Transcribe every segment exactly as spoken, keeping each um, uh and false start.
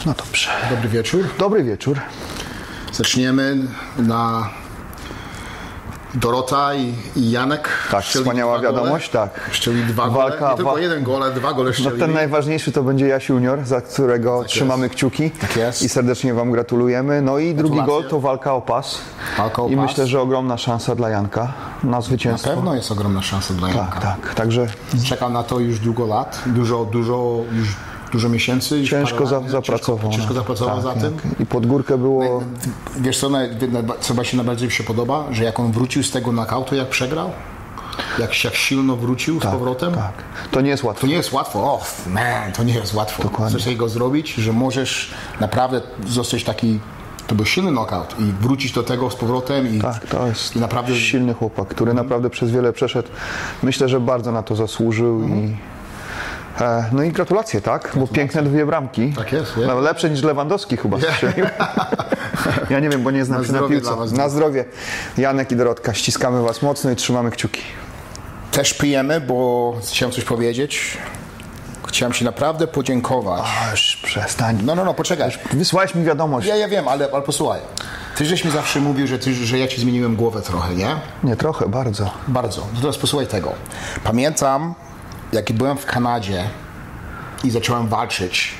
No dobrze. Dobry wieczór. Dobry wieczór. Zaczniemy na Dorota i, i Janek. Tak, wspaniała wiadomość, gole. tak. Szczeli dwa Walka, gole, nie tylko wa- jeden gol, ale dwa gole szczelili. No ten najważniejszy to będzie Jaś Junior, za którego tak trzymamy jest. kciuki tak jest. i serdecznie Wam gratulujemy. No i drugi gol to walka o pas. Walka o I pas. myślę, że ogromna szansa dla Janka na zwycięstwo. Na pewno jest ogromna szansa dla Janka. Tak, tak, także... Czekam na to już długo lat, dużo, dużo, już dużo miesięcy. Już Ciężko za, lat, zapracował. Ciężko, ciężko zapracował tak, za tym. Jak. I pod górkę było... Wiesz co, co mi się najbardziej się podoba? Że jak on wrócił z tego knockoutu, jak przegrał? Jak, jak silno wrócił tak, z powrotem? Tak. To nie jest łatwo. To nie jest łatwo. O, man, to nie jest łatwo. Dokładnie. Coś takiego zrobić, że możesz naprawdę zostać taki... To był silny knockout i wrócić do tego z powrotem i, tak, to jest i naprawdę... silny chłopak, który mm. naprawdę przez wiele przeszedł. Myślę, że bardzo na to zasłużył mm. i e, no i gratulacje, tak? Gratulacje. Bo piękne dwie bramki. Tak jest. jest. No, lepsze niż Lewandowski chyba strzelił. Ja nie wiem, bo nie znam na się na piłce. Was, na zdrowie. Janek i Dorotka, ściskamy Was mocno i trzymamy kciuki. Też pijemy, bo chciałem coś powiedzieć. Chciałem Ci naprawdę podziękować. Aż przestań. No, no, no, poczekaj. Wysłałeś mi wiadomość. Ja, ja wiem, ale, ale posłuchaj. Ty żeś mi zawsze mówił, że, ty, że ja Ci zmieniłem głowę trochę, nie? Nie, trochę, bardzo. Bardzo. No teraz posłuchaj tego. Pamiętam, jak byłem w Kanadzie i zacząłem walczyć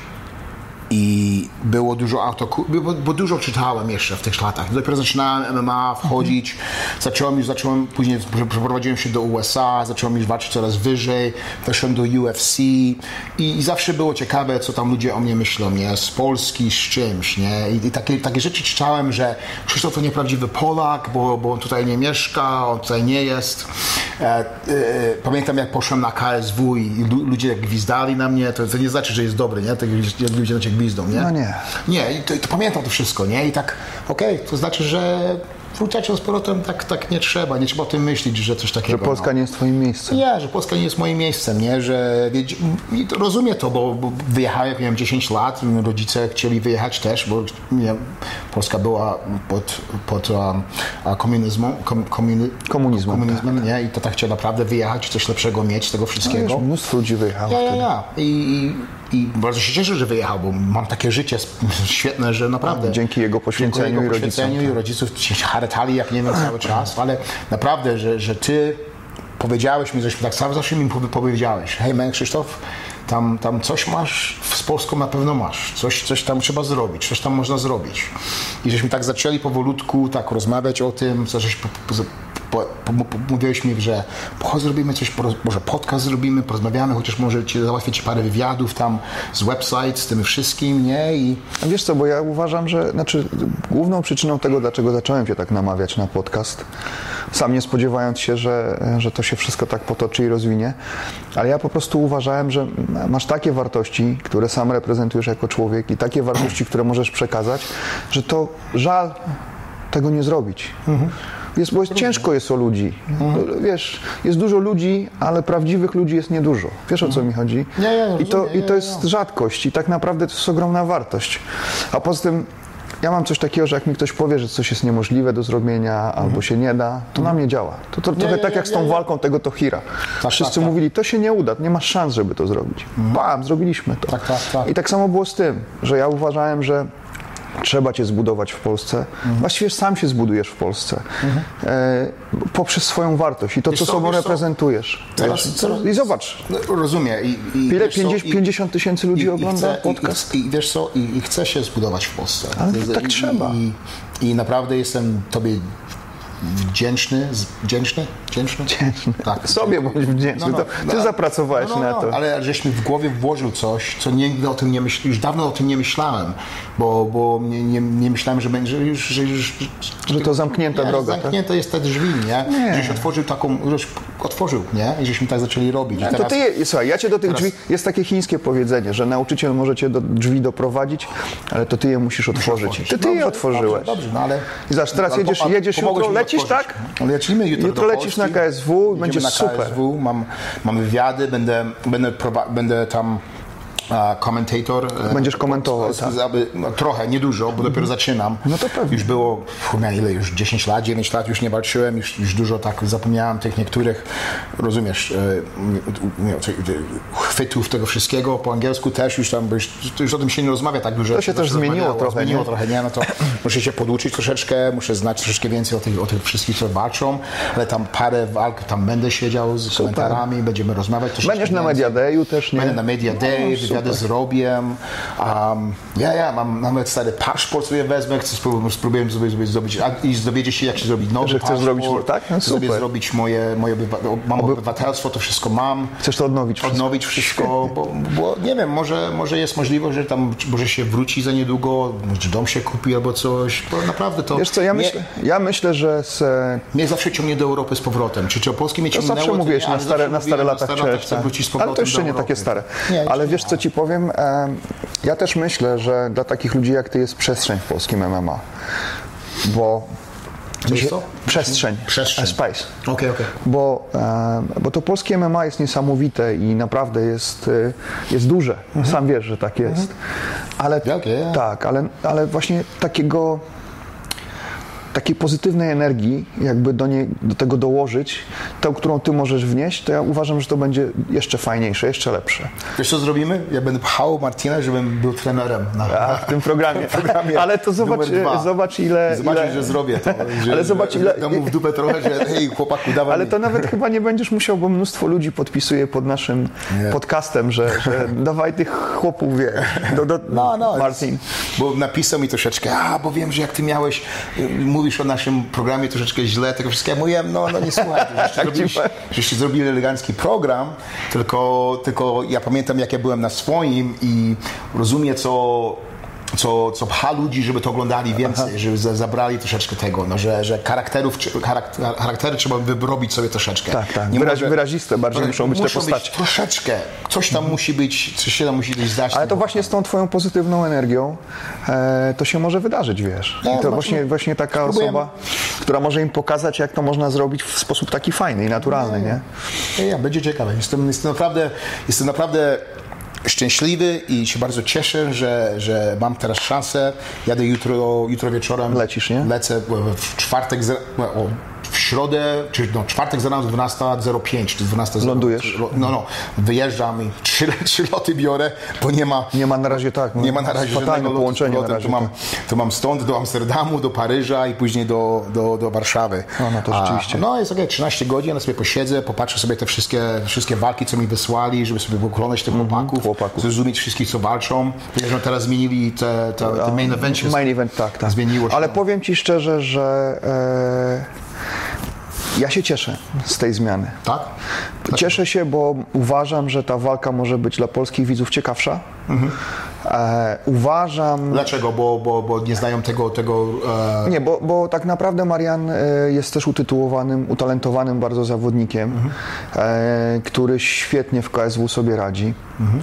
i było dużo auto, bo, bo dużo czytałem jeszcze w tych latach. Dopiero zaczynałem M M A wchodzić, zacząłem już, zacząłem, później przeprowadziłem się do U S A, zacząłem już walczyć coraz wyżej, weszłem do U F C i, i zawsze było ciekawe, co tam ludzie o mnie myślą, nie? Z Polski, z czymś, nie? I, i takie, takie rzeczy czytałem, że Krzysztof to nieprawdziwy Polak, bo, bo on tutaj nie mieszka, on tutaj nie jest. E, e, pamiętam, jak poszłem na K S W i, i ludzie jak gwizdali na mnie, to, to nie znaczy, że jest dobry, nie? Tak jak ludzie na ciebie gwizdą, nie? No nie. Nie, i to, i to pamiętam to wszystko, nie? I tak, okej, okay, to znaczy, że wrócić z powrotem tak, tak nie trzeba, nie trzeba o tym myśleć, że coś takiego. Że Polska no. nie jest twoim miejscem. Nie, że Polska nie jest moim miejscem, nie? Że i to rozumiem to, bo, bo wyjechałem, miałem dziesięć lat, rodzice chcieli wyjechać też, bo nie, Polska była pod, pod um, komunizmem, kom, komuni, komunizmem, komunizmem tak. nie? I to tak chciał naprawdę wyjechać, coś lepszego mieć z tego wszystkiego. No, wiesz, mnóstwo ludzi wyjechało. Ja, ja, ja. I, i, I bardzo się cieszę, że wyjechał, bo mam takie życie świetne, że naprawdę... No, dzięki jego poświęceniu, dzięki jego i rodzicom. poświęceniu i rodziców się haretali, jak nie wiem, cały czas, ale naprawdę, że, że ty powiedziałeś mi, żeśmy tak sam zawsze mi powiedziałeś, hej man, Krzysztof, tam, tam coś masz, z Polską na pewno masz, coś, coś tam trzeba zrobić, coś tam można zrobić. I żeśmy tak zaczęli powolutku tak rozmawiać o tym, co żeś po, po, po, po, mówiłeś mi, że chodź zrobimy coś, może podcast zrobimy, porozmawiamy, chociaż może ci załatwię ci parę wywiadów tam z website, z tym wszystkim, nie? I... A wiesz co, bo ja uważam, że znaczy, główną przyczyną tego, dlaczego zacząłem cię tak namawiać na podcast, sam nie spodziewając się, że, że to się wszystko tak potoczy i rozwinie, ale ja po prostu uważałem, że masz takie wartości, które sam reprezentujesz jako człowiek i takie wartości, które możesz przekazać, że to żal tego nie zrobić. Mhm. Jest, bo jest, ciężko jest o ludzi. Mhm. Wiesz, jest dużo ludzi, ale prawdziwych ludzi jest niedużo. Wiesz, o co mi chodzi? Ja, ja, I, to, rozumiem, I to ja, jest ja. rzadkość i tak naprawdę to jest ogromna wartość. A poza tym ja mam coś takiego, że jak mi ktoś powie, że coś jest niemożliwe do zrobienia albo mhm. się nie da, to na mnie działa. To, to, to trochę ja, tak ja, jak z tą ja, ja. walką tego Tohira. Tak, Wszyscy tak, mówili, to się nie uda, nie masz szans, żeby to zrobić. Mhm. Bam, zrobiliśmy to. Tak, tak, tak. I tak samo było z tym, że ja uważałem, że trzeba cię zbudować w Polsce. Mhm. Właściwie sam się zbudujesz w Polsce. Mhm. E, poprzez swoją wartość i to, wiesz co sobą reprezentujesz. Teraz, wiesz, teraz, I zobacz. Rozumiem. I, i, Ile? pięćdziesiąt, pięćdziesiąt tysięcy ludzi i, ogląda i chce, podcast? I, i, I wiesz co? I, i chcę się zbudować w Polsce. Ale I, tak i, trzeba. I, I naprawdę jestem tobie wdzięczny, wdzięczny? Wdzięczny? Wdzięczny. Tak. Sobie bądź wdzięczny. No, no, to ty no, zapracowałeś no, no, na no, to. Ale żeś mi w głowie włożył coś, co nigdy o tym nie myśl, już dawno o tym nie myślałem, bo, bo nie, nie, nie myślałem, że będzie, że już, że już... Że to zamknięta nie, droga, zamknięte tak? jest te drzwi, nie? nie? Żeś otworzył taką, żeś otworzył, nie? I żeśmy tak zaczęli robić. I to teraz, ty je, słuchaj, ja cię do tych teraz... drzwi, jest takie chińskie powiedzenie, że nauczyciel może cię do drzwi doprowadzić, ale to ty je musisz otworzyć. Ty, ty dobrze, je otworzyłeś. Dobrze, dobrze, no ale... I zobacz, teraz ale jedziesz, popa- jedziesz jutro, mi lecisz, otworzyć. tak? Ale lecimy jutro, Jutro do lecisz Polski, na K S W, będzie na super. K S W, mam, mam wywiady, będę, będę, prowa- będę tam a, komentator. Będziesz komentował, tak. No, trochę, niedużo, bo dopiero zaczynam. No to pewnie. Już było, miałem ile, już dziesięć lat, dziewięć lat już nie walczyłem, już, już dużo tak zapomniałem tych niektórych, rozumiesz, chwytów tego wszystkiego, po angielsku też już tam, już, już o tym się nie rozmawia tak dużo. To się też zmieniło trochę, zmieniło nie? trochę, nie? No to muszę się poduczyć troszeczkę, muszę znać troszeczkę więcej o tych, o tych wszystkich, co walczą, ale tam parę walk, tam będę siedział z Super. komentarzami, będziemy rozmawiać. Będziesz na Media Dayu też, nie? Będę na Media Day, no, wywiady zrobię. Um, ja, ja, mam nawet stary paszport sobie wezmę, chcę spróbować, spróbuję sobie zrobić i dowiedzieć się, jak się zrobić nowy Że chcesz paszport. zrobić, tak? No, chcę sobie super. zrobić moje, moje obywa- mam Oby... obywatelstwo, to wszystko mam. Chcesz to odnowić wszystko? Odnowić wszystko, bo, bo nie wiem, może, może jest możliwość, że tam może się wróci za niedługo, może dom się kupi albo coś, bo naprawdę to... Wiesz co, ja, mnie, myślę, ja myślę, że z... mnie zawsze ciągnie do Europy z powrotem. Czy, czy o Polskim mnie To ciągnęło? zawsze mówiłeś, nie, na stare, na stare lata chciałeś, chcę tak. wrócić z Ale powrotem to jeszcze do nie Europy. takie stare. Nie, Ale nie. wiesz co ci powiem? Ja też myślę, że dla takich ludzi jak ty jest przestrzeń w polskim M M A. Bo... Co jest to? Przestrzeń. Przestrzeń. Space. Okej, okay, okej. Okay. Bo, e, bo to polskie M M A jest niesamowite i naprawdę jest, e, jest duże. Mhm. Sam wiesz, że tak jest. Mhm. Ale, okay. Tak, ale, ale właśnie takiego takiej pozytywnej energii, jakby do, niej, do tego dołożyć, tę, którą ty możesz wnieść, to ja uważam, że to będzie jeszcze fajniejsze, jeszcze lepsze. Wiesz co zrobimy? Ja będę pchał Martina, żebym był trenerem. Na, A, w tym programie. programie ale to zobacz, zobacz ile... Zobaczysz, ile... że zrobię to. Że, ale zobacz ile... Dam mu w dupę trochę, że hej, chłopaku, dawaj Ale mi. to nawet chyba nie będziesz musiał, bo mnóstwo ludzi podpisuje pod naszym nie. podcastem, że, że dawaj tych chłopów, wie, do, do, no, no, Martin. Bo napisał mi troszeczkę, a, bo wiem, że jak ty miałeś, mówisz o naszym programie troszeczkę źle, tego wszystkiego. Ja mówiłem, no, no nie słuchaj, żeście zrobili, żeście zrobili elegancki program, tylko, tylko ja pamiętam, jak ja byłem na swoim i rozumiem, co co, co pcha ludzi, żeby to oglądali więcej, Aha. żeby za, zabrali troszeczkę tego, no, że, że charakterów, charakter, charaktery trzeba wyrobić sobie troszeczkę. Tak, tak. Nie Wyraz, może, wyraziste bardziej muszą być muszą te postacie. Być troszeczkę. Coś tam mhm. musi być, coś się tam musi gdzieś zdać. Ale to właśnie z tą twoją pozytywną energią e, to się może wydarzyć, wiesz. No, I to właśnie, właśnie taka spróbujemy. osoba, która może im pokazać, jak to można zrobić w sposób taki fajny i naturalny, nie? nie? Ja, będzie ciekawe. Jestem, jestem naprawdę, jestem naprawdę szczęśliwy i się bardzo cieszę, że, że mam teraz szansę. Jadę jutro, jutro wieczorem. Lecisz, nie? Lecę w czwartek, o, w środę, czy no, czwartek za rano dwunasta zero pięć, czy dwunasta zero pięć. Lądujesz? No, no, wyjeżdżam i trzy, trzy loty biorę, bo nie ma... Nie ma na razie tak. Nie ma na razie fatalne połączenie lotu, na razie. To mam, tak. to mam stąd do Amsterdamu, do Paryża i później do, do, do Warszawy. No, no to rzeczywiście. A, no jest okej, okay, trzynaście godzin, ja sobie posiedzę, popatrzę sobie te wszystkie, wszystkie walki, co mi wysłali, żeby sobie oglądać tych chłopaków, mm, chłopaków, zrozumieć wszystkich, co walczą. Wiesz, że teraz zmienili te, te, te main eventy. Main event, tak, tak. Zmieniło się. Ale powiem ci szczerze, że e, ja się cieszę z tej zmiany. Tak? Cieszę się, bo uważam, że ta walka może być dla polskich widzów ciekawsza. Mhm. E, uważam... Dlaczego? Bo, bo, bo nie znają tego... tego e... Nie, bo, bo tak naprawdę Marian e, jest też utytułowanym, utalentowanym bardzo zawodnikiem, mhm. e, który świetnie w K S W sobie radzi. Mhm.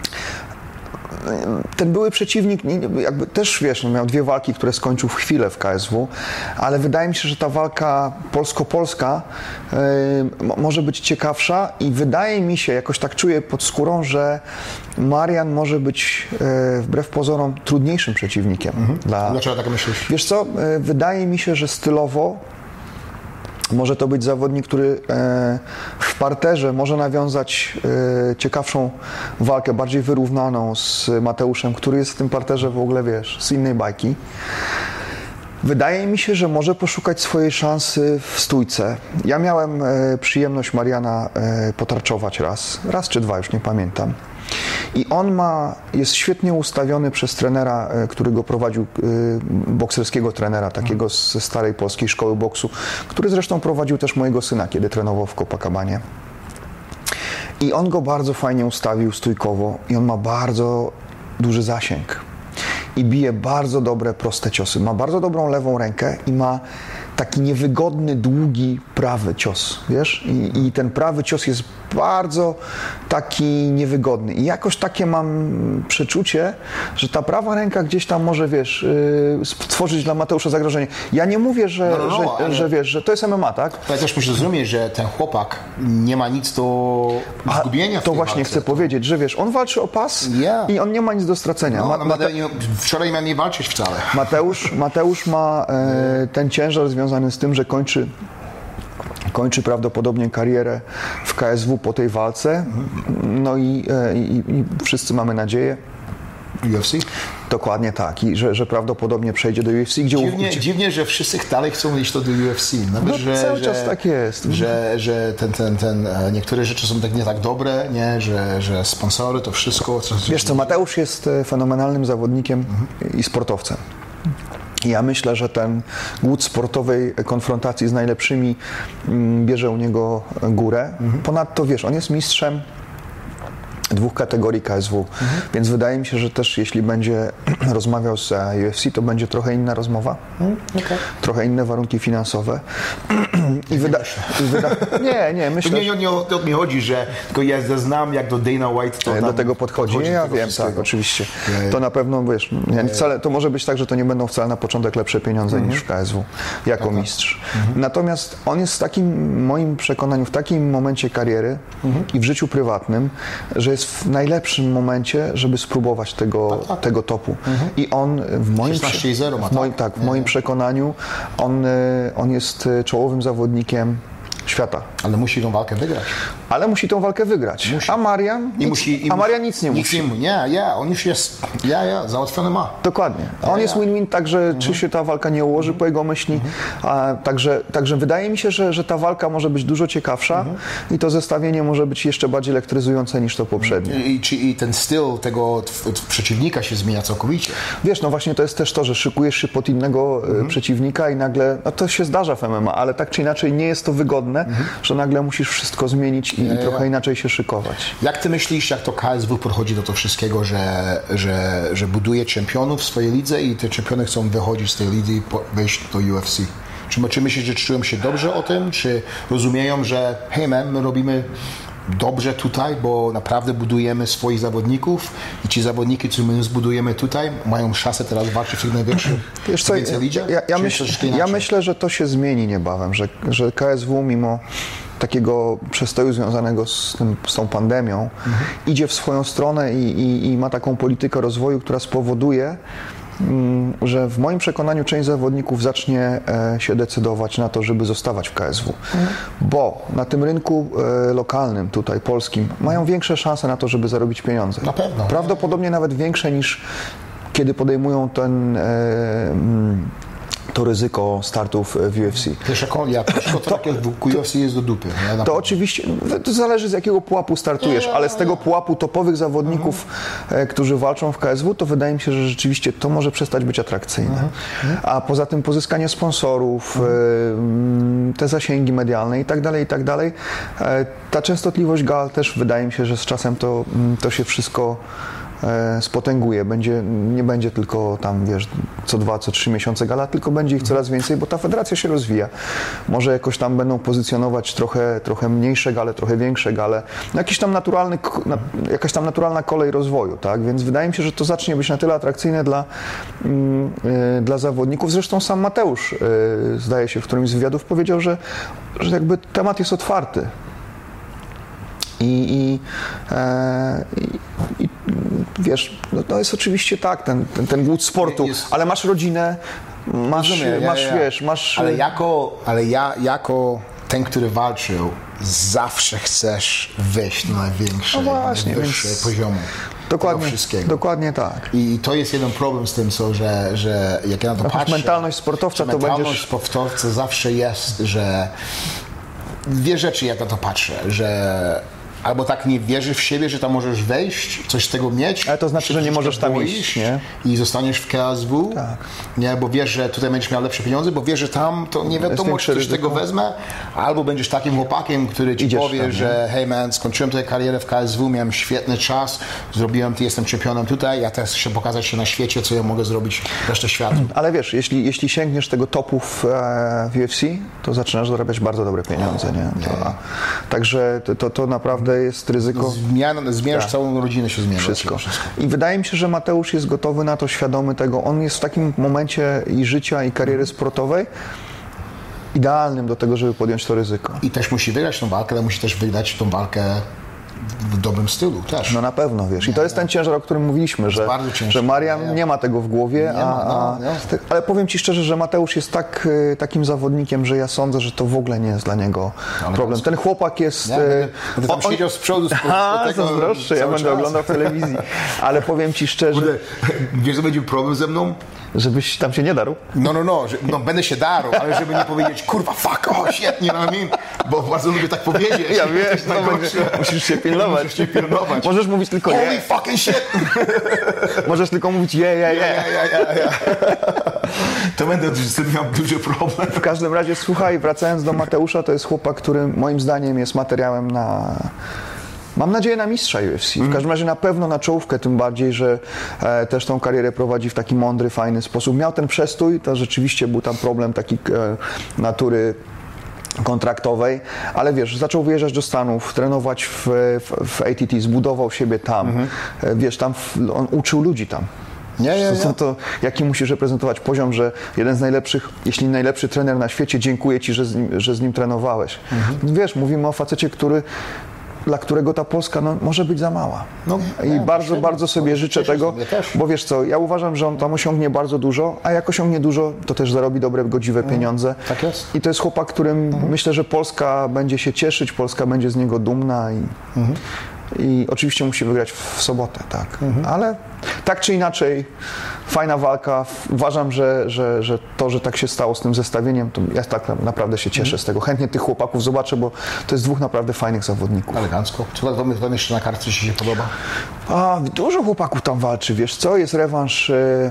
Ten były przeciwnik jakby też, wiesz, miał dwie walki, które skończył w chwilę w K S W, ale wydaje mi się, że ta walka polsko-polska y, może być ciekawsza i wydaje mi się, jakoś tak czuję pod skórą, że Marian może być y, wbrew pozorom trudniejszym przeciwnikiem. Mhm. Dla... Dlaczego tak myślisz? Wiesz co, y, wydaje mi się, że stylowo może to być zawodnik, który w parterze może nawiązać ciekawszą walkę, bardziej wyrównaną z Mateuszem, który jest w tym parterze w ogóle, wiesz, z innej bajki. Wydaje mi się, że może poszukać swojej szansy w stójce. Ja miałem przyjemność Mariana potarczować raz, raz czy dwa, już nie pamiętam. I on ma, jest świetnie ustawiony przez trenera, który go prowadził, bokserskiego trenera, takiego ze starej polskiej szkoły boksu, który zresztą prowadził też mojego syna, kiedy trenował w Copacabanie. I on go bardzo fajnie ustawił stójkowo i on ma bardzo duży zasięg. I bije bardzo dobre, proste ciosy. Ma bardzo dobrą lewą rękę i ma taki niewygodny, długi, prawy cios, wiesz? I, i ten prawy cios jest bardzo taki niewygodny. I jakoś takie mam przeczucie, że ta prawa ręka gdzieś tam może, wiesz, yy, stworzyć dla Mateusza zagrożenie. Ja nie mówię, że, no, no, no, że, ale... że wiesz, że to jest M M A, tak? Ale też muszę zrozumieć, że ten chłopak nie ma nic do zgubienia w To tej właśnie walce. chcę powiedzieć, że wiesz, on walczy o pas yeah. i on nie ma nic do stracenia. No, ma, no, Mate... nie, wczoraj miał nie walczyć wcale. Mateusz, Mateusz ma e, ten ciężar związany z tym, że kończy kończy prawdopodobnie karierę w K S W po tej walce. No i, i, i wszyscy mamy nadzieję. U F C? Dokładnie tak. I że, że prawdopodobnie przejdzie do U F C, gdzie... Dziwnie, gdzie... dziwnie że wszyscy dalej chcą iść to do U F C. Nawet, No, że, cały że, czas tak jest. Że, że ten, ten, ten, niektóre rzeczy są tak nie tak dobre, nie? Że, że sponsory, to wszystko... Co, Wiesz co, Mateusz jest fenomenalnym zawodnikiem mhm. i sportowcem. Ja myślę, że ten głód sportowej konfrontacji z najlepszymi bierze u niego górę. Mhm. Ponadto, wiesz, on jest mistrzem dwóch kategorii K S W, mhm. więc wydaje mi się, że też jeśli będzie rozmawiał z U F C, to będzie trochę inna rozmowa, mhm. okay. trochę inne warunki finansowe. I wyda... I wyda... Nie, nie, myślę... To nie, nie o to mi chodzi, że tylko ja znam, jak do Dana White to do tego podchodzi. podchodzi nie, ja wiem, tak, oczywiście. Je, je. To na pewno, wiesz, nie, wcale, to może być tak, że to nie będą wcale na początek lepsze pieniądze mhm. niż w K S W, jako tak, mistrz. Mhm. Natomiast on jest w takim, moim przekonaniu, w takim momencie kariery mhm. i w życiu prywatnym, że jest w najlepszym momencie, żeby spróbować tego, tak, tak. tego topu. Mhm. I on w moim, szesnaście zero ma, w moim, tak, w moim przekonaniu on, on jest czołowym zawodnikiem świata. Ale musi tą walkę wygrać. Ale musi tą walkę wygrać. Musi. A Marian, I nic, musi, i a Marian nic nie nic musi. Nie, nie, nie, on już jest, ja, ja, załatwiony ma. Dokładnie. A on ja, jest win-win, także mhm. czy się ta walka nie ułoży mhm. po jego myśli. Mhm. A, także, także wydaje mi się, że, że ta walka może być dużo ciekawsza mhm. i to zestawienie może być jeszcze bardziej elektryzujące niż to poprzednie. I, i, i ten styl tego t- t- przeciwnika się zmienia całkowicie. Wiesz, no właśnie to jest też to, że szykujesz się pod innego mhm. przeciwnika i nagle, no to się zdarza w M M A, ale tak czy inaczej nie jest to wygodne, mhm. że nagle musisz wszystko zmienić i, ja, i trochę ja. inaczej się szykować. Jak ty myślisz, jak to K S W podchodzi do tego wszystkiego, że, że, że buduje czempionów w swojej lidze i te czempiony chcą wychodzić z tej ligi i wejść do U F C? Czy, czy myślisz, że czują się dobrze o tym? Czy rozumieją, że hej man, my robimy dobrze tutaj, bo naprawdę budujemy swoich zawodników i ci zawodniki, którzy my zbudujemy tutaj, mają szansę teraz walczyć w tych największych Wiesz co, lidze? Ja, ja, myśl, ja myślę, że to się zmieni niebawem, że, że K S W mimo takiego przestoju związanego z, tym, z tą pandemią mhm. idzie w swoją stronę i, i, i ma taką politykę rozwoju, która spowoduje, że w moim przekonaniu część zawodników zacznie się decydować na to, żeby zostawać w K S W. Mhm. Bo na tym rynku lokalnym, tutaj polskim, mają większe szanse na to, żeby zarobić pieniądze. Na pewno. Prawdopodobnie nawet większe niż kiedy podejmują ten to ryzyko startów w U F C. Wiesz, jak on, ja to, to takie w U F C jest do dupy. Nie? To oczywiście, to zależy z jakiego pułapu startujesz, ale z tego pułapu topowych zawodników, mhm. którzy walczą w K S W, to wydaje mi się, że rzeczywiście to może przestać być atrakcyjne. Mhm. A poza tym pozyskanie sponsorów, mhm. te zasięgi medialne i tak dalej, i tak dalej. Ta częstotliwość gal też wydaje mi się, że z czasem to, to się wszystko spotęguje. Będzie, nie będzie tylko tam, wiesz, co dwa, co trzy miesiące gala, tylko będzie ich coraz więcej, bo ta federacja się rozwija. Może jakoś tam będą pozycjonować trochę, trochę mniejsze gale, trochę większe gale. No jakiś tam naturalny, jakaś tam naturalna kolej rozwoju, tak? Więc wydaje mi się, że to zacznie być na tyle atrakcyjne dla, yy, dla zawodników. Zresztą sam Mateusz, yy, zdaje się, w którymś z wywiadów powiedział, że, że jakby temat jest otwarty. I, i, e, i, i wiesz, no to jest oczywiście tak, ten, ten, ten głód sportu, jest, ale masz rodzinę, masz, rozumiem, masz, ja, ja. wiesz, masz... Ale jako, ale ja jako ten, który walczył, zawsze chcesz wejść na największe, no właśnie, najwyższe więc... poziomu. Dokładnie, dokładnie tak. I to jest jeden problem z tym, co, że, że jak ja na to patrzę... Mentalność sportowca to mentalność będziesz... sportowca zawsze jest, że dwie rzeczy, jak na to patrzę, że albo tak nie wierzysz w siebie, że tam możesz wejść, coś z tego mieć. Ale to znaczy, że nie możesz tam iść, nie? I zostaniesz w K S W, tak. nie? Bo wiesz, że tutaj będziesz miał lepsze pieniądze, bo wiesz, że tam to nie wiadomo, czy ktoś tego wezmę, albo będziesz takim chłopakiem, który ci Idziesz powie, tam, że hej man, skończyłem tutaj karierę w K S W, miałem świetny czas, zrobiłem, ty jestem czempionem tutaj, ja teraz chcę pokazać się na świecie, co ja mogę zrobić resztę świata. Ale wiesz, jeśli, jeśli sięgniesz tego topu w, w U F C, to zaczynasz zarabiać bardzo dobre pieniądze, nie? To, a, także to, to naprawdę jest ryzyko. Zmian, zmieniasz tak. całą rodzinę, się zmienia. Wszystko. wszystko. I wydaje mi się, że Mateusz jest gotowy na to, świadomy tego. On jest w takim momencie i życia, i kariery sportowej idealnym do tego, żeby podjąć to ryzyko. I też musi wygrać tą walkę, ale musi też wygrać tą walkę w dobrym stylu też. No na pewno, wiesz. I to jest ten ciężar, o którym mówiliśmy, że, że Marian nie, nie ma tego w głowie, nie a, ma, no, a, ale powiem Ci szczerze, że Mateusz jest tak, takim zawodnikiem, że ja sądzę, że to w ogóle nie jest dla niego ale problem. Ten chłopak jest... Nie, będę tam on, siedział z przodu. Z a, zazdroszczę, ja będę czas. oglądał w telewizji. Ale powiem Ci szczerze... Kurde, wiesz, co będzie problem ze mną? Żebyś tam się nie darł? No, no, no, że, no będę się darł, ale żeby nie powiedzieć, kurwa, fuck, oh shit, nie know what I mean? Bo bardzo lubię tak powiedzieć. Ja wiem, no będzie, musisz się pilnować. Musisz się pilnować. Możesz mówić tylko Holy je. fucking shit! Możesz tylko mówić je, je, je. Ja, ja, ja, ja. To będę z tym miał duży problem. W każdym razie, słuchaj, wracając do Mateusza, to jest chłopak, który moim zdaniem jest materiałem na... Mam nadzieję na mistrza U F C. W każdym razie na pewno na czołówkę, tym bardziej, że e, też tą karierę prowadzi w taki mądry, fajny sposób. Miał ten przestój, to rzeczywiście był tam problem taki e, natury kontraktowej, ale wiesz, zaczął wyjeżdżać do Stanów, trenować w, w, w A T T, zbudował siebie tam. Mhm. E, wiesz, tam w, on uczył ludzi tam. Nie, nie, nie. To, to, jaki musisz reprezentować poziom, że jeden z najlepszych, jeśli najlepszy trener na świecie, dziękuję Ci, że z nim, że z nim trenowałeś. Mhm. Wiesz, mówimy o facecie, który dla którego ta Polska no, może być za mała. No, I nie, bardzo, bardzo sobie życzę tego, bo wiesz co, ja uważam, że on tam osiągnie bardzo dużo, a jak osiągnie dużo, to też zarobi dobre, godziwe mm, pieniądze. Tak jest. I to jest chłopak, którym mm. myślę, że Polska będzie się cieszyć, Polska będzie z niego dumna i, mm. i oczywiście musi wygrać w sobotę, tak. Mm. Ale tak czy inaczej, fajna walka. Uważam, że, że, że to, że tak się stało z tym zestawieniem, to ja tak naprawdę się cieszę mm. z tego. Chętnie tych chłopaków zobaczę, bo to jest dwóch naprawdę fajnych zawodników. Elegancko. Co tam, tam jeszcze na kartce Ci się podoba? A, dużo chłopaków tam walczy, wiesz co? Jest rewanż... E...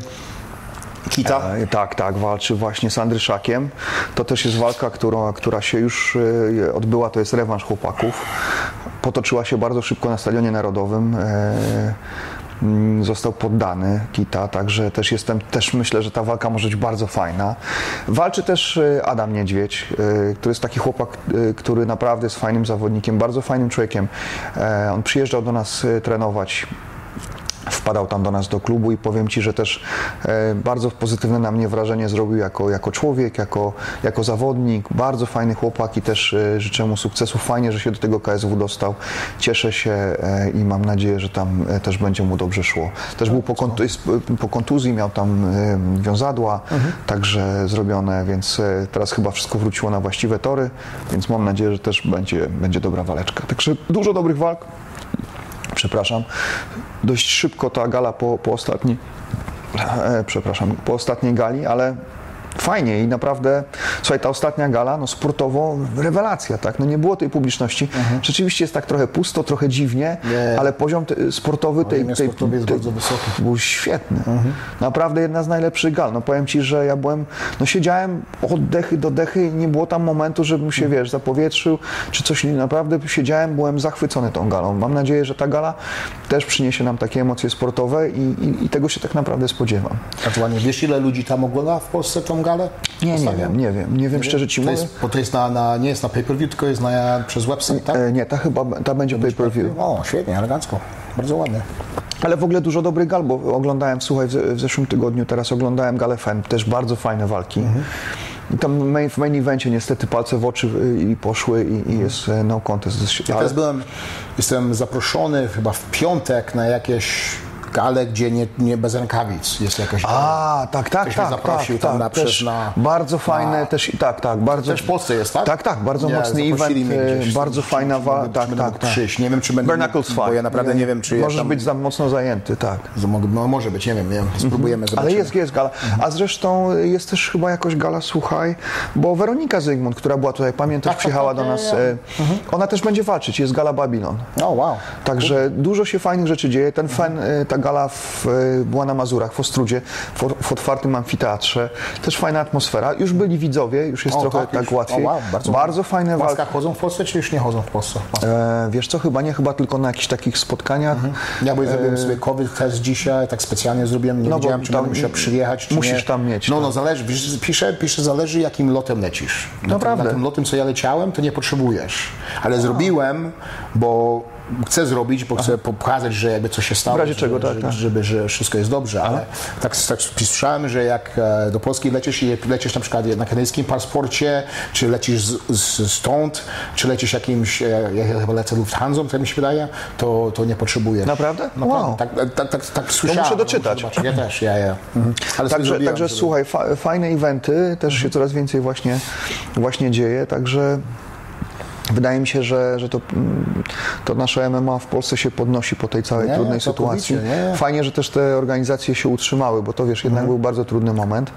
Kita? E, tak, tak, walczy właśnie z Andryszakiem. To też jest walka, która, która się już e, odbyła, to jest rewanż chłopaków. Potoczyła się bardzo szybko na Stadionie Narodowym. E, Został poddany Kita, także też jestem, też myślę, że ta walka może być bardzo fajna. Walczy też Adam Niedźwiedź, który jest taki chłopak, który naprawdę jest fajnym zawodnikiem, bardzo fajnym człowiekiem. On przyjeżdżał do nas trenować. Wpadał tam do nas do klubu i powiem Ci, że też e, bardzo pozytywne na mnie wrażenie zrobił jako, jako człowiek, jako, jako zawodnik. Bardzo fajny chłopak i też e, życzę mu sukcesu. Fajnie, że się do tego K S W dostał. Cieszę się e, i mam nadzieję, że tam e, też będzie mu dobrze szło. Też był po, kontu- po kontuzji, miał tam e, wiązadła, mhm. także zrobione, więc e, teraz chyba wszystko wróciło na właściwe tory, więc mam nadzieję, że też będzie, będzie dobra waleczka. Także dużo dobrych walk. Przepraszam, dość szybko ta gala po, po ostatniej, e, przepraszam, po ostatniej gali, ale fajnie i naprawdę, słuchaj, ta ostatnia gala, no sportowo rewelacja, tak, no nie było tej publiczności. Mhm. Rzeczywiście jest tak trochę pusto, trochę dziwnie, nie. ale poziom te, sportowy tej, tej, sportowy jest tej, bardzo wysoki. Był świetny. Mhm. Naprawdę jedna z najlepszych gal. No powiem Ci, że ja byłem, no siedziałem od dechy do dechy i nie było tam momentu, żebym się, mhm. wiesz, zapowietrzył, czy coś, naprawdę siedziałem, byłem zachwycony tą galą. Mam nadzieję, że ta gala też przyniesie nam takie emocje sportowe i, i, i tego się tak naprawdę spodziewam. Aktualnie wiesz, ile ludzi tam ogląda w Polsce tą galę? Nie, nie wiem, nie wiem, nie wiem, szczerze Ci mówię. To jest, bo to jest na, na, nie jest na pay-per-view, tylko jest na, przez website, tak? E, nie, ta chyba, ta będzie pay-per-view. O, świetnie, elegancko, bardzo ładnie. Ale w ogóle dużo dobrych gal, bo oglądałem, słuchaj, w, w zeszłym tygodniu teraz oglądałem galę F E N, też bardzo fajne walki. Mhm. I tam main, w main evencie niestety palce w oczy i poszły i, i jest no contest. Ja ale... też byłem, jestem zaproszony chyba w piątek na jakieś gale, gdzie nie, nie bez rękawic jest jakaś... A, tak, tak, Ktoś tak, mnie zaprosił tak, tam tak, na, też na, bardzo fajne, na, też, tak, tak, bardzo... Też w Polsce jest, tak? Tak, tak, bardzo nie, mocny event, gdzieś, bardzo fajna walka, tak, czy tak, tak. Przyjść. Nie wiem, czy będę... Barnacles bo ja naprawdę nie, nie wiem, czy... Możesz tam... być za mocno zajęty, tak. No, może być, nie wiem, nie wiem. Spróbujemy, zobaczymy. Ale jest, jest gala. A zresztą jest też chyba jakoś gala, słuchaj, bo Weronika Zygmunt, która była tutaj, pamiętasz, tak, przyjechała tak, do tak, nas, ja, ja. Mhm. ona też będzie walczyć, jest gala Babylon. O, oh, wow. Także dużo się fajnych rzeczy dzieje. Ten fan, ta gala w, była na Mazurach, w Ostrudzie, w, w otwartym amfiteatrze. Też fajna atmosfera. Już byli widzowie, już jest o, trochę tak, tak łatwiej. O, wow, bardzo, bardzo fajne walki. W chodzą w Polsce, czy już nie chodzą w Polsce? E, wiesz co, chyba nie, chyba tylko na jakichś takich spotkaniach. Mhm. Ja bo zrobiłem sobie COVID test dzisiaj, tak specjalnie zrobiłem, nie no wiedziałem, czy będę musiał przyjechać, czy musisz nie. tam mieć. No, tak. no, zależy, pisze, pisze, zależy jakim lotem lecisz. Naprawdę. Na tym lotem, co ja leciałem, to nie potrzebujesz. Ale wow. zrobiłem, bo chcę zrobić, bo chcę pokazać, że jakby coś się stało, w razie że, czego, że, tak, tak. Żeby, że wszystko jest dobrze, ale tak, tak słyszałem, że jak do Polski lecisz i lecisz na przykład na kanadyjskim paszporcie, czy lecisz z, z, stąd, czy lecisz jakimś, ja chyba lecę Lufthansa, tak mi się wydaje, to, to nie potrzebujesz. Naprawdę? Naprawdę. Wow. Tak, tak, tak, tak słyszałem. To muszę doczytać. Muszę ja też, ja, ja. Mhm. Ale Także, także żeby... słuchaj, fa fajne eventy, też się coraz więcej właśnie, właśnie dzieje, także wydaje mi się, że, że to, to nasze M M A w Polsce się podnosi po tej całej nie, trudnej sytuacji. Nie. Fajnie, że też te organizacje się utrzymały, bo to wiesz, jednak mhm. był bardzo trudny moment.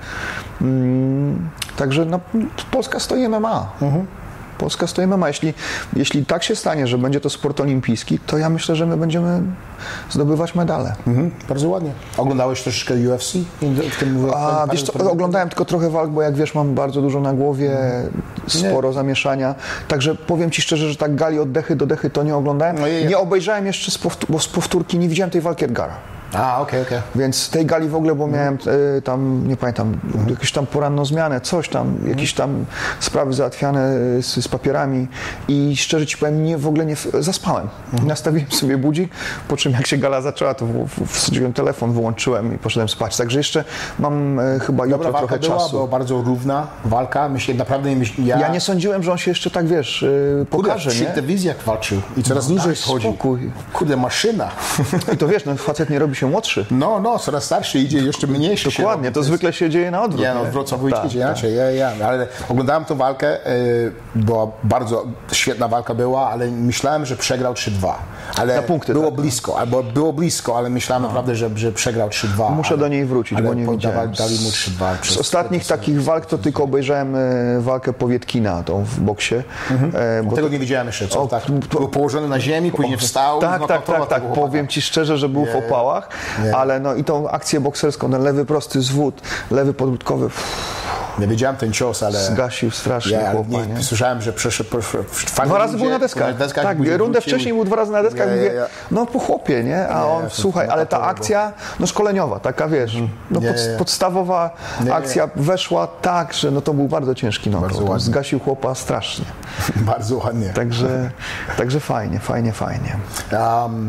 Mm, także no, Polska stoi M M A. Mhm. Polska stoi M M A. Jeśli, jeśli tak się stanie, że będzie to sport olimpijski, to ja myślę, że my będziemy zdobywać medale. Mhm, bardzo ładnie. Oglądałeś troszeczkę U F C? W tym A, wiesz co, oglądałem tylko trochę walk, bo jak wiesz, mam bardzo dużo na głowie, mhm. sporo nie. zamieszania. Także powiem Ci szczerze, że tak gali od dechy do dechy to nie oglądałem. No je, je. Nie obejrzałem jeszcze z, powtór bo z powtórki, nie widziałem tej walki Edgara. A, okej, okay, okej. Okay. Więc tej gali w ogóle, bo miałem y, tam, nie pamiętam, mhm. jakąś tam poranną zmianę, coś tam, mhm. jakieś tam sprawy załatwiane z, z papierami i szczerze Ci powiem, nie, w ogóle nie, zaspałem. Mhm. Nastawiłem sobie budzik, po czym jak się gala zaczęła, to wsadziłem telefon, wyłączyłem i poszedłem spać. Także jeszcze mam y, chyba jutro Dobra, trochę była, czasu. Była bardzo równa walka, myślę, naprawdę nie myśl, ja... ja nie sądziłem, że on się jeszcze tak, wiesz, y, pokaże, Kurde, nie? przy telewizjach walczył i coraz no, dłużej chodził. Spokój. Kurde, maszyna. I to wiesz, no facet nie robi się młodszy. No, no, coraz starszy idzie, jeszcze mniejszy. Dokładnie, to, to zwykle się dzieje na odwrót. Nie, no, w Wrocławiu idzie tak, inaczej, ja, ja. Ale oglądałem tę walkę, y, była bardzo świetna walka była, ale myślałem, że przegrał trzy dwa. Ale na punkty, było tak. blisko, albo było blisko, ale myślałem no. naprawdę, że, że przegrał trzy dwa. Muszę ale, do niej wrócić, bo nie widziałem. Dali mu trzy dwa. Z ostatnich takich walk to tylko obejrzałem y, walkę Powietkina, tą w boksie. Mhm. E, bo Tego to, nie widziałem jeszcze, co? O, tak, to, był położony na ziemi, później wstał. Tak, tak, tak, tak. Powiem Ci szczerze, że był nie, w opałach, nie. ale no i tą akcję bokserską, ten lewy prosty zwód, lewy podbródkowy. Nie wiedziałem ten cios, ale... Zgasił strasznie ja, chłopa, nie, nie? Słyszałem, że przeszedł... Dwa razy był na deskach. Na deskach tak, rundę wrócił. Wcześniej był dwa razy na deskach. Ja, ja, ja. No po chłopie, nie? A nie, on, słuchaj, ale ta akcja, no szkoleniowa, taka wiesz, no pod, podstawowa nie, akcja nie. weszła tak, że no to był bardzo ciężki knockout. Zgasił chłopa strasznie. Bardzo ładnie. Także, także fajnie, fajnie, fajnie. Um,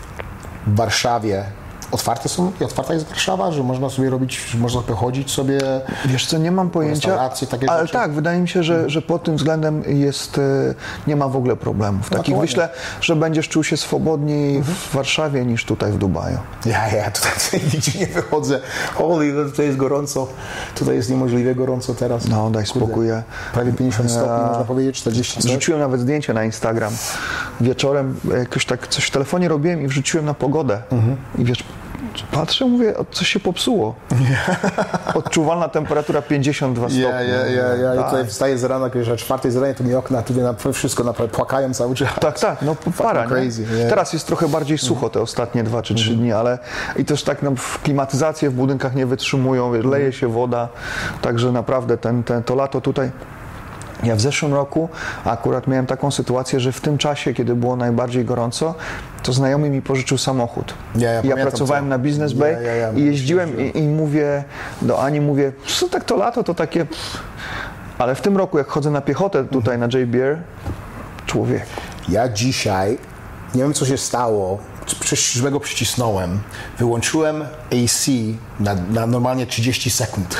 w Warszawie otwarte są, otwarta jest Warszawa, że można sobie robić, że można chodzić sobie. Wiesz co, nie mam pojęcia, takie ale rzeczy. Tak, wydaje mi się, że, hmm. że pod tym względem jest, nie ma w ogóle problemów. Takich no myślę, że będziesz czuł się swobodniej hmm. w Warszawie niż tutaj w Dubaju. Ja, ja tutaj, tutaj nigdzie nie wychodzę. Holy, tutaj jest gorąco. Tutaj jest niemożliwie gorąco teraz. No, daj spokój. Prawie pięćdziesiąt stopni, ja, można powiedzieć, czterdzieści. Wrzuciłem nawet zdjęcie na Instagram. Wieczorem jakoś tak coś w telefonie robiłem i wrzuciłem na pogodę. Hmm. I wiesz, patrzę, mówię, coś się popsuło. Odczuwalna temperatura pięćdziesiąt dwa stopnie. Ja, ja, ja, ja. Tak. Tutaj wstaję z rana, że czwartej z rana, to mi okna, tutaj na wszystko na, płakają cały czas. Tak, tak, no para, crazy, yeah. Teraz jest trochę bardziej sucho te ostatnie dwa czy trzy mm. dni, ale i też tak no, klimatyzacje w budynkach nie wytrzymują, wiesz, leje się woda, także naprawdę ten, ten, to lato tutaj. Ja w zeszłym roku akurat miałem taką sytuację, że w tym czasie, kiedy było najbardziej gorąco, to znajomy mi pożyczył samochód. Ja, ja, ja pracowałem co? na Business Bay ja, ja, ja, i jeździłem i, i mówię do Ani, mówię, co tak to lato, to takie... Ale w tym roku, jak chodzę na piechotę tutaj na J B R, człowiek. Ja dzisiaj, nie wiem co się stało, złego przycisnąłem, wyłączyłem A C na, na normalnie trzydzieści sekund.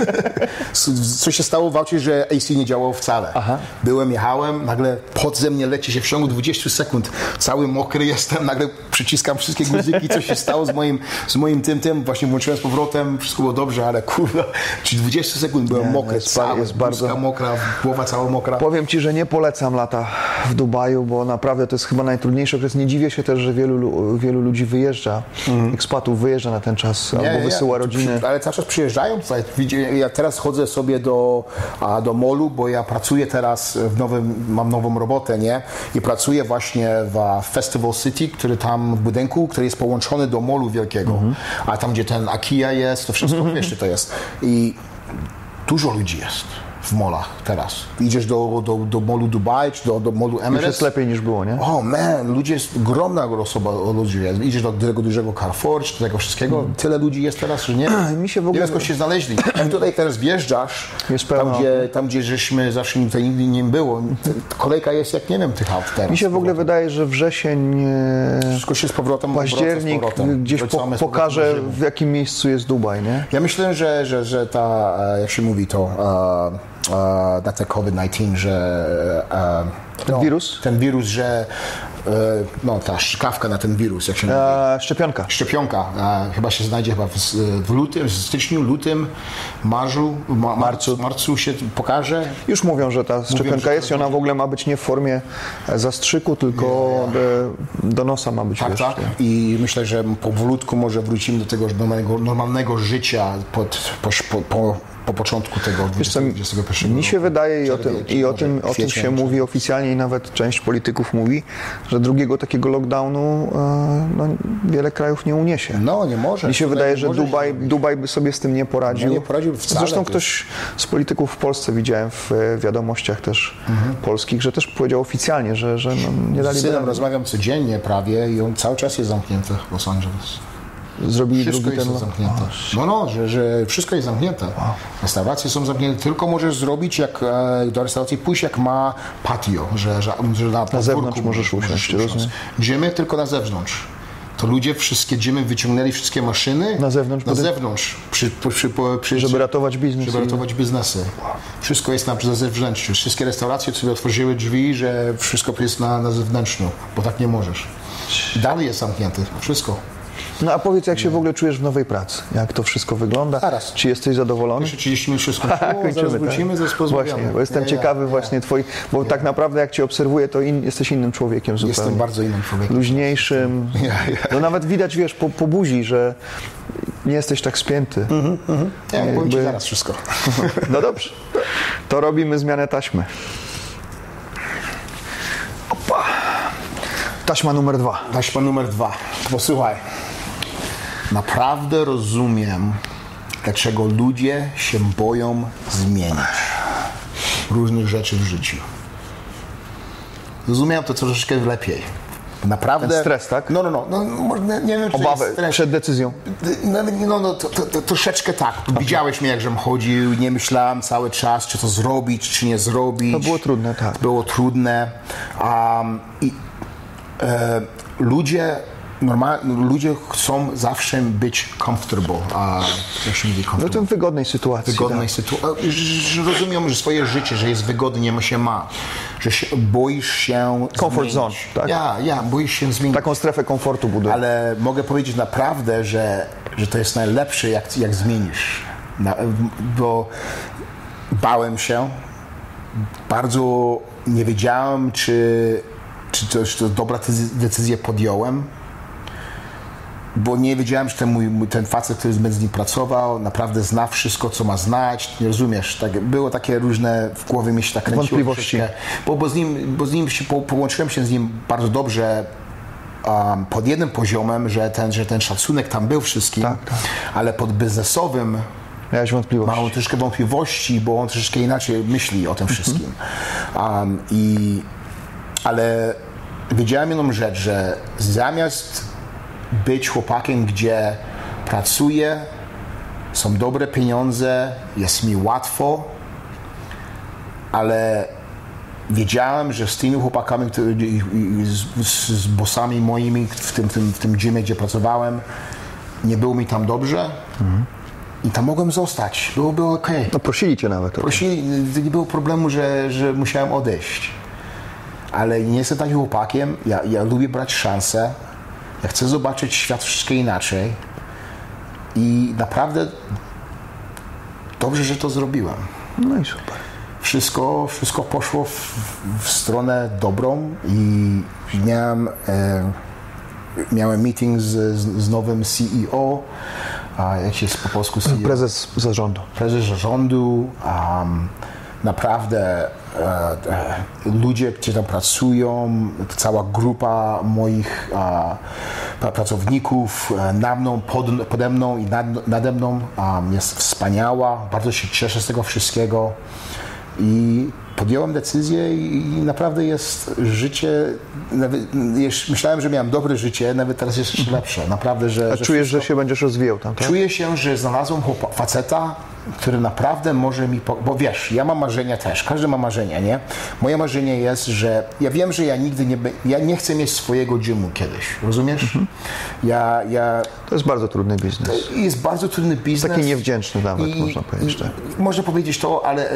Co się stało w aucie, że A C nie działało wcale. Aha. Byłem, jechałem, nagle pot ze mnie leci się w ciągu dwudziestu sekund. Cały mokry jestem, nagle przyciskam wszystkie guzyki, co się stało z moim, z moim tym, tym. Właśnie włączyłem z powrotem, wszystko było dobrze, ale kurwa, czy dwadzieścia sekund byłem nie, mokry, jest, cały, jest bardzo mokra, głowa cała mokra. Powiem Ci, że nie polecam lata w Dubaju, bo naprawdę to jest chyba najtrudniejszy okres. Nie dziwię się też, że wielu, wielu ludzi wyjeżdża, mm. ekspatów wyjeżdża na ten czas, nie, albo wysyła nie, rodziny. Ale cały czas przyjeżdżają tutaj. Ja teraz chodzę sobie do, do molu, bo ja pracuję teraz w nowym, mam nową robotę, nie? I pracuję właśnie w Festival City, który tam w budynku, który jest połączony do molu wielkiego. Mm-hmm. A tam, gdzie ten Akia jest, to wszystko, mm-hmm. wiesz, to jest. I dużo ludzi jest. w molach teraz. Idziesz do, do, do molu Dubai, czy do, do molu Emirates. Już jest lepiej niż było, nie? O, man, ludzie, jest ogromna osoba ludzi. Idziesz do tego dużego Carrefour, czy do tego wszystkiego. Hmm. Tyle ludzi jest teraz, że nie Mi się w ogóle... nie wiem, się znaleźli. Jak tutaj teraz wjeżdżasz, jest tam, gdzie, tam gdzie żeśmy zawsze tutaj nigdy nie było, kolejka jest jak nie wiem tych aut teraz. Mi się w ogóle wydaje, że wrzesień, wszystko się z powrotem, październik z powrotem. gdzieś po, pokaże, w jakim miejscu jest Dubaj, nie? Ja myślę, że, że, że ta, jak się mówi to, uh, uh, na te COVID dziewiętnaście, że uh, ten no, wirus? Ten wirus, że no ta szczykawka na ten wirus, jak się mówi. E, szczepionka. Szczepionka. E, chyba się znajdzie chyba w, w lutym, w styczniu, lutym, marcu, ma, marcu. marcu się pokaże. Już mówią, że ta szczepionka mówią, że jest i ona w ogóle ma być nie w formie zastrzyku, tylko yeah, yeah. do nosa ma być. Tak, wiesz, tak. Nie? I myślę, że powolutku może wrócimy do tego normalnego, normalnego życia pod, po, po, po po początku tego dwudziestego pierwszego Mi się wydaje i o tym, i o tym, o tym się mówi oficjalnie i nawet część polityków mówi, że drugiego takiego lockdownu no, wiele krajów nie uniesie. No, nie może. Mi się wydaje, że Dubaj, Dubaj by sobie z tym nie poradził. No, nie poradził wcale. Zresztą ktoś z polityków w Polsce widziałem w wiadomościach też mhm. polskich, że też powiedział oficjalnie, że, że no, nie dali. Z synem rozmawiam codziennie prawie i on cały czas jest zamknięty w Los Angeles. Zrobili wszystko drugi jest ten... zamknięte. No, no, że, że wszystko jest zamknięte. Restauracje są zamknięte. Tylko możesz zrobić, jak do restauracji pójść, jak ma patio, że, że, że na, na zewnątrz możesz usiąść, rozumiem. Dżymy tylko na zewnątrz. To ludzie wszystkie dżymy wyciągnęli wszystkie maszyny na zewnątrz, na zewnątrz przy, przy, przy, żeby ratować biznes. Żeby ratować biznesy. Wszystko jest na zewnątrz. Wszystkie restauracje sobie otworzyły drzwi, że wszystko jest na, na zewnętrznu, bo tak nie możesz. Dalej jest zamknięte. Wszystko. No a powiedz, jak się w ogóle czujesz w nowej pracy? Jak to wszystko wygląda? Zaraz. Czy jesteś zadowolony? Jeszcze trzydzieści minut się skończyło, zaraz wrócimy, zaraz porozmawiamy. Właśnie, bo jestem ja, ciekawy ja, właśnie ja. twoich, bo ja. tak naprawdę jak cię obserwuję, to in, jesteś innym człowiekiem zupełnie. Jestem bardzo innym człowiekiem. Luźniejszym. Ja, ja. No nawet widać, wiesz, po, po buzi, że nie jesteś tak spięty. Mhm, mhm. Ja jakby... powiem ci zaraz wszystko. No dobrze. To robimy zmianę taśmy. Opa. Taśma numer dwa. Taśma numer dwa. Posłuchaj. Naprawdę rozumiem, dlaczego ludzie się boją zmienić różnych rzeczy w życiu. Rozumiem to troszeczkę lepiej. Naprawdę. Ten stres, tak? No, no, no. no nie, nie wiem, czy obawę przed decyzją. No, no, no to, to, to, troszeczkę tak. Widziałeś mnie, jak żem chodził, nie myślałem cały czas, czy to zrobić, czy nie zrobić. To było trudne, tak. Było trudne. Um, I e, ludzie Normalnie ludzie chcą zawsze być comfortable, a jak się mówi comfortable? No to w wygodnej sytuacji. Wygodnej tak. sytuacji. Rozumiem, że swoje życie, że jest wygodnie, ma się ma. Że się, boisz się Comfort zmienić. zone, tak. Ja, ja, boisz się zmienić. Taką strefę komfortu buduję. Ale mogę powiedzieć naprawdę, że, że to jest najlepsze, jak, jak zmienisz. Na, bo bałem się. Bardzo nie wiedziałem, czy, czy, to, czy to dobra decyzja podjąłem. Bo nie wiedziałem, że ten, mój, ten facet, który z nim pracował, naprawdę zna wszystko, co ma znać. Nie rozumiesz, tak, było takie różne, w głowie mi się tak kręciło. Wątpliwości. Bo, bo, z nim, bo z nim się, po, połączyłem się z nim bardzo dobrze um, pod jednym poziomem, że ten, że ten szacunek tam był wszystkim, tak, tak. ale pod biznesowym miałeś wątpliwości. Mam troszkę wątpliwości, bo on troszeczkę inaczej myśli o tym wszystkim. Um, i, ale wiedziałem jedną rzecz, że zamiast być chłopakiem, gdzie pracuję, są dobre pieniądze, jest mi łatwo, ale wiedziałem, że z tymi chłopakami, z, z bossami moimi w tym, tym, w tym gymie, gdzie pracowałem, nie było mi tam dobrze mhm. i tam mogłem zostać. Było, było okej. Okay. No prosili cię nawet. Prosili, nie było problemu, że, że musiałem odejść. Ale nie jestem takim chłopakiem, ja, ja lubię brać szansę. Ja chcę zobaczyć świat troszeczkę inaczej i naprawdę dobrze, że to zrobiłem. No i super. Wszystko, wszystko poszło w, w stronę dobrą i miałem, e, miałem meeting z, z nowym C E O, a jak się jest po polsku C E O? Prezes zarządu. Prezes zarządu. Um, naprawdę e, e, ludzie, którzy tam pracują, cała grupa moich e, pracowników e, na mną, pod, pode mną i nad, nade mną um, jest wspaniała. Bardzo się cieszę z tego wszystkiego. i podjąłem decyzję i naprawdę jest życie, nawet, myślałem, że miałem dobre życie, nawet teraz jest jeszcze lepsze. Naprawdę, że... A że czujesz, wszystko, że się będziesz rozwijał tam, tak? Czuję się, że znalazłem chłopa, faceta, który naprawdę może mi... Po, bo wiesz, ja mam marzenia też, każdy ma marzenia, nie? Moje marzenie jest, że ja wiem, że ja nigdy nie... Ja nie chcę mieć swojego gymu kiedyś, rozumiesz? Mhm. Ja, ja... To jest bardzo trudny biznes. Jest bardzo trudny biznes. Taki niewdzięczny nawet, I, można powiedzieć. Tak. Można powiedzieć to, ale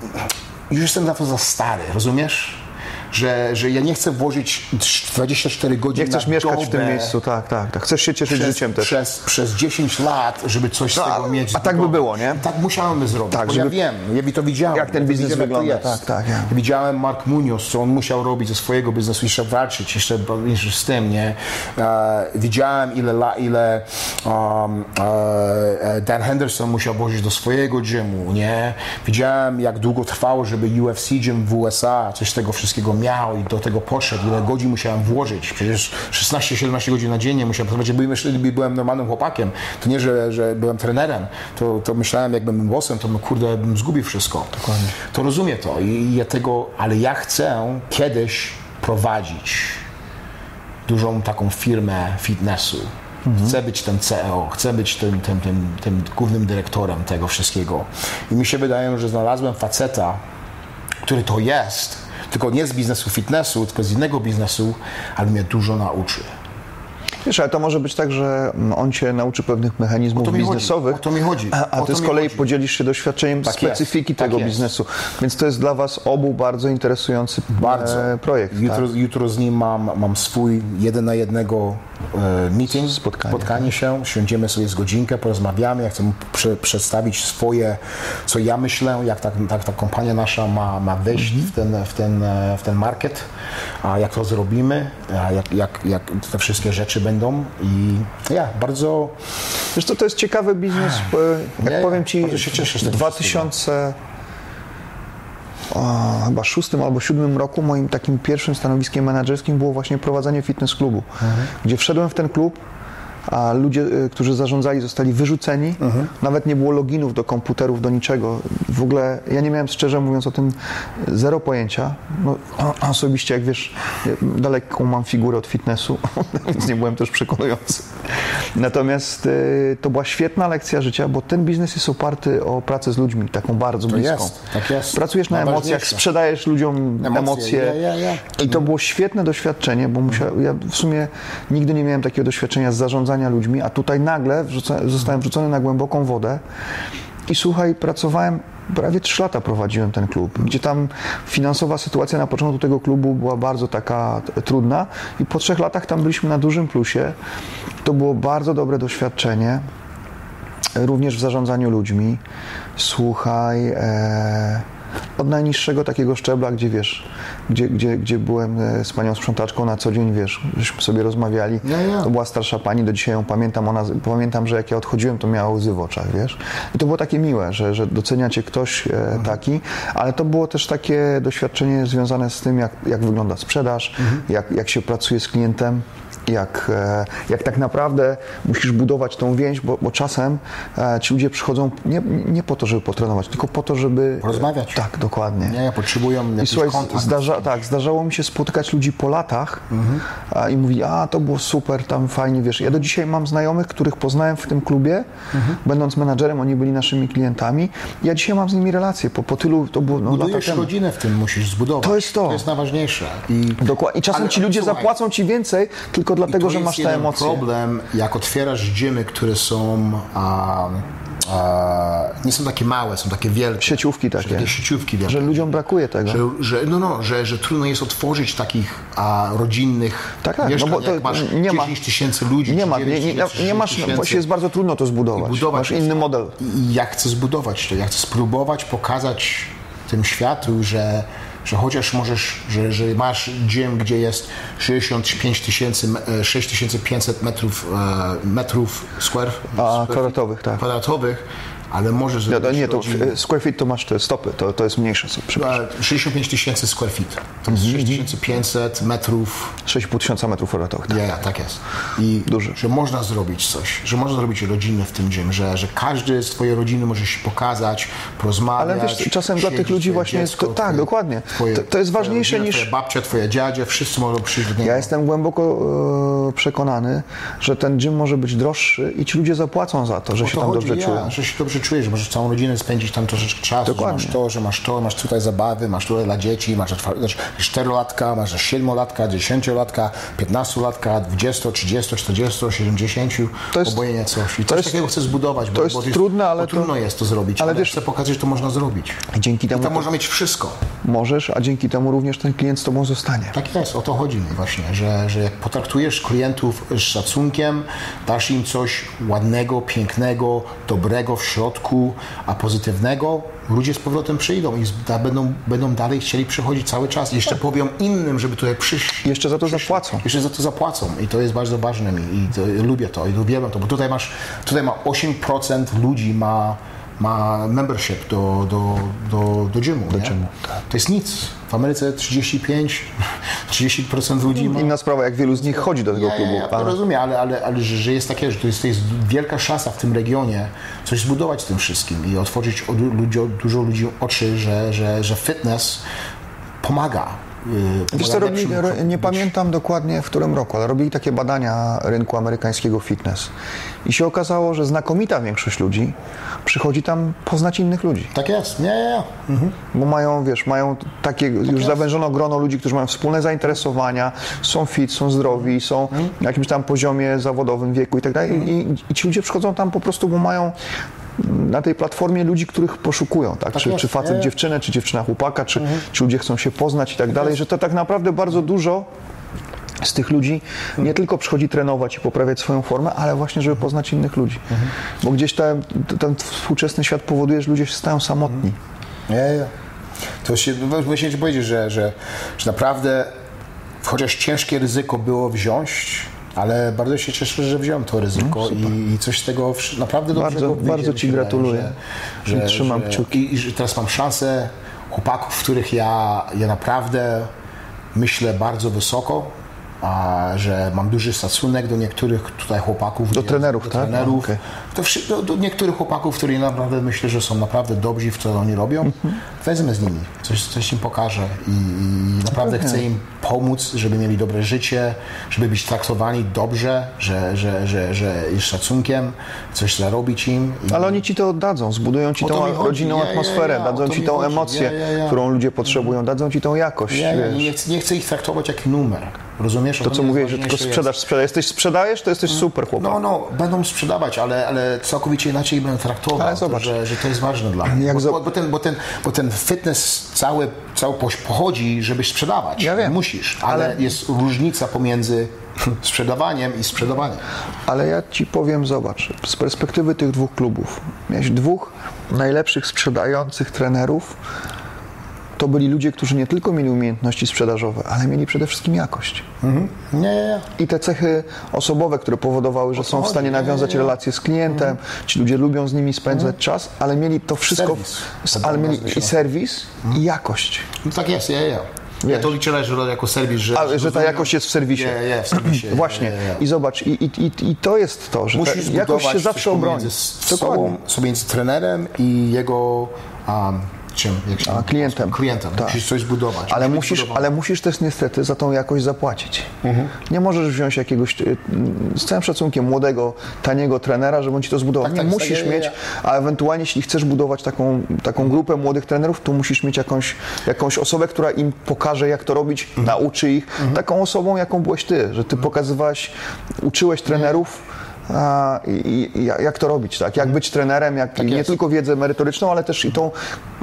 już jestem na to za stary, rozumiesz? Że, że ja nie chcę włożyć dwadzieścia cztery godziny Nie chcesz na mieszkać dobę, w tym miejscu, tak, tak, tak. Chcesz się cieszyć przez, życiem też. Przez, przez dziesięć lat, żeby coś z No, tego a, mieć. a tak by było, nie? Tak musiałem zrobić, Tak, bo żeby- ja wiem, ja to widziałem. Jak ten ja biznes widziałem, jak to wygląda, jest. tak, tak, ja. Widziałem Mark Munoz, co on musiał robić ze swojego biznesu, jeszcze walczyć, jeszcze, jeszcze z tym, nie? E, widziałem, ile, la, ile um, e, Dan Henderson musiał włożyć do swojego gymu, nie? Widziałem, jak długo trwało, żeby U F C gym w U S A coś z tego wszystkiego miał i do tego poszedł, ile godzin musiałem włożyć. Przecież szesnaście siedemnaście godzin na dziennie musiałem pracować. Byłem, jeszcze byłem normalnym chłopakiem. To nie, że, że byłem trenerem. To, to myślałem, jakbym był bossem, to kurde, bym zgubił wszystko. Dokładnie. To rozumiem to. I ja tego, ale ja chcę kiedyś prowadzić dużą taką firmę fitnessu. Mhm. Chcę być tym C E O, chcę być tym, tym, tym, tym głównym dyrektorem tego wszystkiego. I mi się wydaje, że znalazłem faceta, który to jest, tylko nie z biznesu fitnessu, tylko z innego biznesu, ale mnie dużo nauczy. Wiesz, ale to może być tak, że on cię nauczy pewnych mechanizmów to mi biznesowych, chodzi, o to mi chodzi. a, a O ty to z mi kolei chodzi. podzielisz się doświadczeniem Tak specyfiki jest, tak tego jest. biznesu. Więc to jest dla was obu bardzo interesujący Bardzo. e, projekt. Jutro, tak? jutro z nim mam, mam swój jeden na jednego e, meeting, Spotkanie. spotkanie się, siądziemy sobie z godzinkę, porozmawiamy, ja chcę mu prze, przedstawić swoje, co ja myślę, jak ta, tak, ta kompania nasza ma, ma wejść Mhm. w, ten, w, ten, w ten market, a jak to zrobimy, a jak, jak, jak te wszystkie rzeczy będą i ja, bardzo... Wiesz co, to jest ciekawy biznes. e, Jak Ja- powiem ci, bardzo się cieszę z tego w dwa tysiące o, chyba szóstym albo siódmym roku moim takim pierwszym stanowiskiem menedżerskim było właśnie prowadzenie fitness klubu, Mhm. gdzie wszedłem w ten klub, a ludzie, y, którzy zarządzali, zostali wyrzuceni. Mhm. Nawet nie było loginów do komputerów, do niczego. W ogóle ja nie miałem, szczerze mówiąc, o tym zero pojęcia. No, a- osobiście, jak wiesz, daleką mam figurę od fitnessu, więc nie byłem też przekonujący. Natomiast y, to była świetna lekcja życia, bo ten biznes jest oparty o pracę z ludźmi, taką bardzo bliską. jest, tak jest. Pracujesz na emocjach, Najważniejsze. sprzedajesz ludziom Emocje, emocje. ja, ja, ja. I to było świetne doświadczenie, bo musiał, ja w sumie nigdy nie miałem takiego doświadczenia z zarządzania ludźmi, a tutaj nagle wrzuca, zostałem wrzucony na głęboką wodę i słuchaj, pracowałem, prawie trzy lata prowadziłem ten klub, gdzie tam finansowa sytuacja na początku tego klubu była bardzo taka t- trudna i po trzech latach tam byliśmy na dużym plusie. To było bardzo dobre doświadczenie, również w zarządzaniu ludźmi. Słuchaj, e, od najniższego takiego szczebla, gdzie wiesz, gdzie, gdzie, gdzie byłem e, z panią sprzątaczką na co dzień, wiesz, żeśmy sobie rozmawiali. Ja, ja. To była starsza pani, do dzisiaj ją pamiętam, ona, pamiętam, że jak ja odchodziłem, to miała łzy w oczach, wiesz. I to było takie miłe, że, że docenia cię ktoś e, taki, ale to było też takie doświadczenie związane z tym, jak, jak wygląda sprzedaż, Mhm. jak, jak się pracuje z klientem. Jak, e, jak tak naprawdę musisz budować tą więź, bo, bo czasem e, ci ludzie przychodzą nie, nie po to, żeby potrenować, tylko po to, żeby... Porozmawiać. Tak, dokładnie. Nie, potrzebują I jakiś słuchaj, kontakt. zdarza, tak, zdarzało mi się spotykać ludzi po latach a, i mówili, a to było super, tam fajnie, wiesz. Ja do dzisiaj mam znajomych, których poznałem w tym klubie, będąc menadżerem, oni byli naszymi klientami. Ja dzisiaj mam z nimi relacje, po, po tylu, to było no, lata Budujesz temu. rodzinę w tym, musisz zbudować. To jest to. To jest najważniejsze. I Dokładnie. I czasem Ale ci ludzie słuchaj, zapłacą ci więcej, tylko dlatego, to że jest masz te jeden emocje. problem, jak otwierasz gymy, które są a, a, nie są takie małe, są takie wielkie. Sieciówki takie. Takie sieciówki wielkie. Że ludziom brakuje tego. Że, że, no, no, że, że trudno jest otworzyć takich a, rodzinnych Tak, tak, mieszkań, no bo to jak masz nie ma- dziesięć tysięcy ludzi, Nie czy ma, nie, dziewięć nie, tysięcy, nie masz, tysięcy. właśnie jest bardzo trudno to zbudować. budować Masz to. inny model. I ja chcę zbudować to, ja chcę spróbować pokazać tym światu, że, że chociaż możesz, że, że masz gym, gdzie jest sześćdziesiąt pięć tysięcy, sześć tysięcy pięćset metrów, e, metrów square, A, square kwadratowych, tak. kwadratowych, ale możesz Ja, zrobić nie, to rodzinę. square feet to masz te stopy, to, to jest mniejsze. Przepraszam. sześćdziesiąt pięć tysięcy square feet. To jest sześć tysięcy pięćset metrów. sześć i pół tysiąca metrów kwadratowych. Ja, ja, tak jest. I Duży. że można zrobić coś, że można zrobić rodzinę w tym gym, że, że każdy z twojej rodziny może się pokazać, porozmawiać. Ale wiesz, czasem dla tych ludzi twoje właśnie dziecko, to, tak, twoje, dokładnie. Twoje, to, to jest twoja ważniejsze rodzina, niż... Twoja babcia, twoje dziadzie, wszyscy mogą przyjść do niego. Ja jestem głęboko e, przekonany, że ten gym może być droższy i ci ludzie zapłacą za to, że O się to tam chodzi, dobrze ja, czują. że się dobrze czujesz, że możesz całą rodzinę spędzić tam troszeczkę czasu, Dokładnie. że masz to, że masz to, masz tutaj zabawy, masz tutaj dla dzieci, masz czterolatka, masz siedmiolatka, dziesięciolatka, piętnastolatka, dwudziesto, trzydziesto, czterdziesto, siedemdziesiąt, To jest- obojętnie coś. I to coś jest- takiego chcę zbudować, bo to jest bo trudne, ale bo to- trudno jest to zrobić, ale ale, wiesz- chcę pokazać, że to można zrobić. I dzięki I temu tam to można mieć wszystko. możesz, a dzięki temu również ten klient z tobą zostanie. Tak jest, o to chodzi mi właśnie, że, że jak potraktujesz klientów z szacunkiem, dasz im coś ładnego, pięknego, dobrego w środku, a pozytywnego, ludzie z powrotem przyjdą i da, będą, będą dalej chcieli przychodzić cały czas. Jeszcze powią innym, żeby tutaj przyszli. Jeszcze za to przyszli. zapłacą. Jeszcze za to zapłacą i to jest bardzo ważne mi i to, lubię to i uwielbiam to, bo tutaj masz, tutaj ma osiem procent ludzi ma ma membership do, do, do, do gymu. Do gymu, To jest nic. W Ameryce trzydzieści pięć trzydzieści procent ludzi ma... Inna sprawa, jak wielu z nich chodzi do tego Ja, klubu. ja, ja to ale- rozumiem, ale, ale, ale że, że jest takie, że to jest, to jest wielka szansa w tym regionie coś zbudować z tym wszystkim i otworzyć od ludzi, dużo ludzi oczy, że, że, że fitness pomaga. Yy, Wiesz co, pomaga robili, lepszym ro, nie być. pamiętam dokładnie w którym roku, ale robili takie badania rynku amerykańskiego fitness i się okazało, że znakomita większość ludzi przychodzi tam poznać innych ludzi. Tak jest, nie, nie, nie. Mhm. Bo mają, wiesz, mają takie już jest. zawężono grono ludzi, którzy mają wspólne zainteresowania, są fit, są zdrowi, są na jakimś tam poziomie zawodowym, wieku i tak dalej. I, i ci ludzie przychodzą tam po prostu, bo mają na tej platformie ludzi, których poszukują, tak? Tak czy, jest, czy facet nie. dziewczynę, czy dziewczyna chłopaka, czy, czy ludzie chcą się poznać i tak dalej, że to tak naprawdę bardzo dużo z tych ludzi nie tylko przychodzi trenować i poprawiać swoją formę, ale właśnie, żeby poznać innych ludzi. Bo gdzieś ten, ten współczesny świat powoduje, że ludzie się stają samotni. Nie, nie. To się, właśnie ci powiedzieć, że, że, że naprawdę chociaż ciężkie ryzyko było wziąć, ale bardzo się cieszę, że wziąłem to ryzyko No, i, i coś z tego wsz- naprawdę dobrego Bardzo- wyjdzie, bardzo mi ci się gratuluję. wydaje, I trzymam że, kciuki. I, I że teraz mam szansę chłopaków, w których ja, ja naprawdę myślę bardzo wysoko, a że mam duży szacunek do niektórych tutaj chłopaków. Do nie- trenerów, do tak? trenerów. A, okej. Do, wszy- do, do niektórych chłopaków, którzy naprawdę myślę, że są naprawdę dobrzy w co oni robią. Mhm. Wezmę z nimi, coś, coś im pokażę i, i naprawdę chcę im pomóc, żeby mieli dobre życie, żeby być traktowani dobrze, że, że, że, że z szacunkiem, coś zarobić im. I Ale oni ci to oddadzą, zbudują ci O to tą mi chodzi. rodzinną Ja, ja, atmosferę, ja, o dadzą to ci mi tą chodzi. emocję, Ja, ja, ja. którą ludzie potrzebują, dadzą ci tą jakość, ja, ja wiesz. nie, chcę, nie chcę ich traktować jak numer. Rozumiesz? To co mówiłeś, że tylko sprzedaż, sprzedaż. Jesteś sprzedaż, to jesteś super chłopak. No, no, będą sprzedawać, ale, ale całkowicie inaczej będę traktował, Ale zobacz. to, że, że to jest ważne dla mnie. Jak Bo, zo- bo, bo, ten, bo, ten, bo ten fitness cały, cały poś- pochodzi, żebyś sprzedawać. Ja wiem. Musisz, ale, Ale- jest różnica pomiędzy sprzedawaniem i sprzedawaniem. Ale ja ci powiem, zobacz, z perspektywy tych dwóch klubów, miałeś dwóch najlepszych sprzedających trenerów, to byli ludzie, którzy nie tylko mieli umiejętności sprzedażowe, ale mieli przede wszystkim jakość. Mhm. Nie, nie, nie. I te cechy osobowe, które powodowały, że są w chodzi, stanie nie, nawiązać nie, nie. relacje z klientem, ci ludzie lubią z nimi spędzać czas, ale mieli to wszystko, Serwis. s- ale mieli i serwis, i jakość. No tak jest, ja, ja. Ja Wiesz. to liczę że jako serwis, że... A, że ta jakość jest w serwisie. Nie, nie, w serwisie. Właśnie. Nie, nie, nie. I zobacz, i, i, i, i to jest to, że ta Musisz jakość się zbudować zawsze coś obroni. pomiędzy z Dokładnie. sobą, pomiędzy trenerem i jego um, czym? Jak się A, klientem. Klientem. Tak. Musisz coś zbudować. Ale Musi być musisz, zbudowane. ale musisz też niestety za tą jakość zapłacić. Mhm. Nie możesz wziąć jakiegoś, y, z całym szacunkiem, młodego, taniego trenera, żeby on ci to zbudował. Tak, Nie, tak, musisz tak, ja, ja, mieć, ja. a ewentualnie jeśli chcesz budować taką, taką grupę młodych trenerów, to musisz mieć jakąś, jakąś osobę, która im pokaże, jak to robić, Mhm. nauczy ich. Taką osobą, jaką byłeś ty, że ty pokazywałeś, uczyłeś trenerów, a, i, i jak to robić, tak? Jak być trenerem, jak, i nie jest. tylko wiedzę merytoryczną, ale też i tą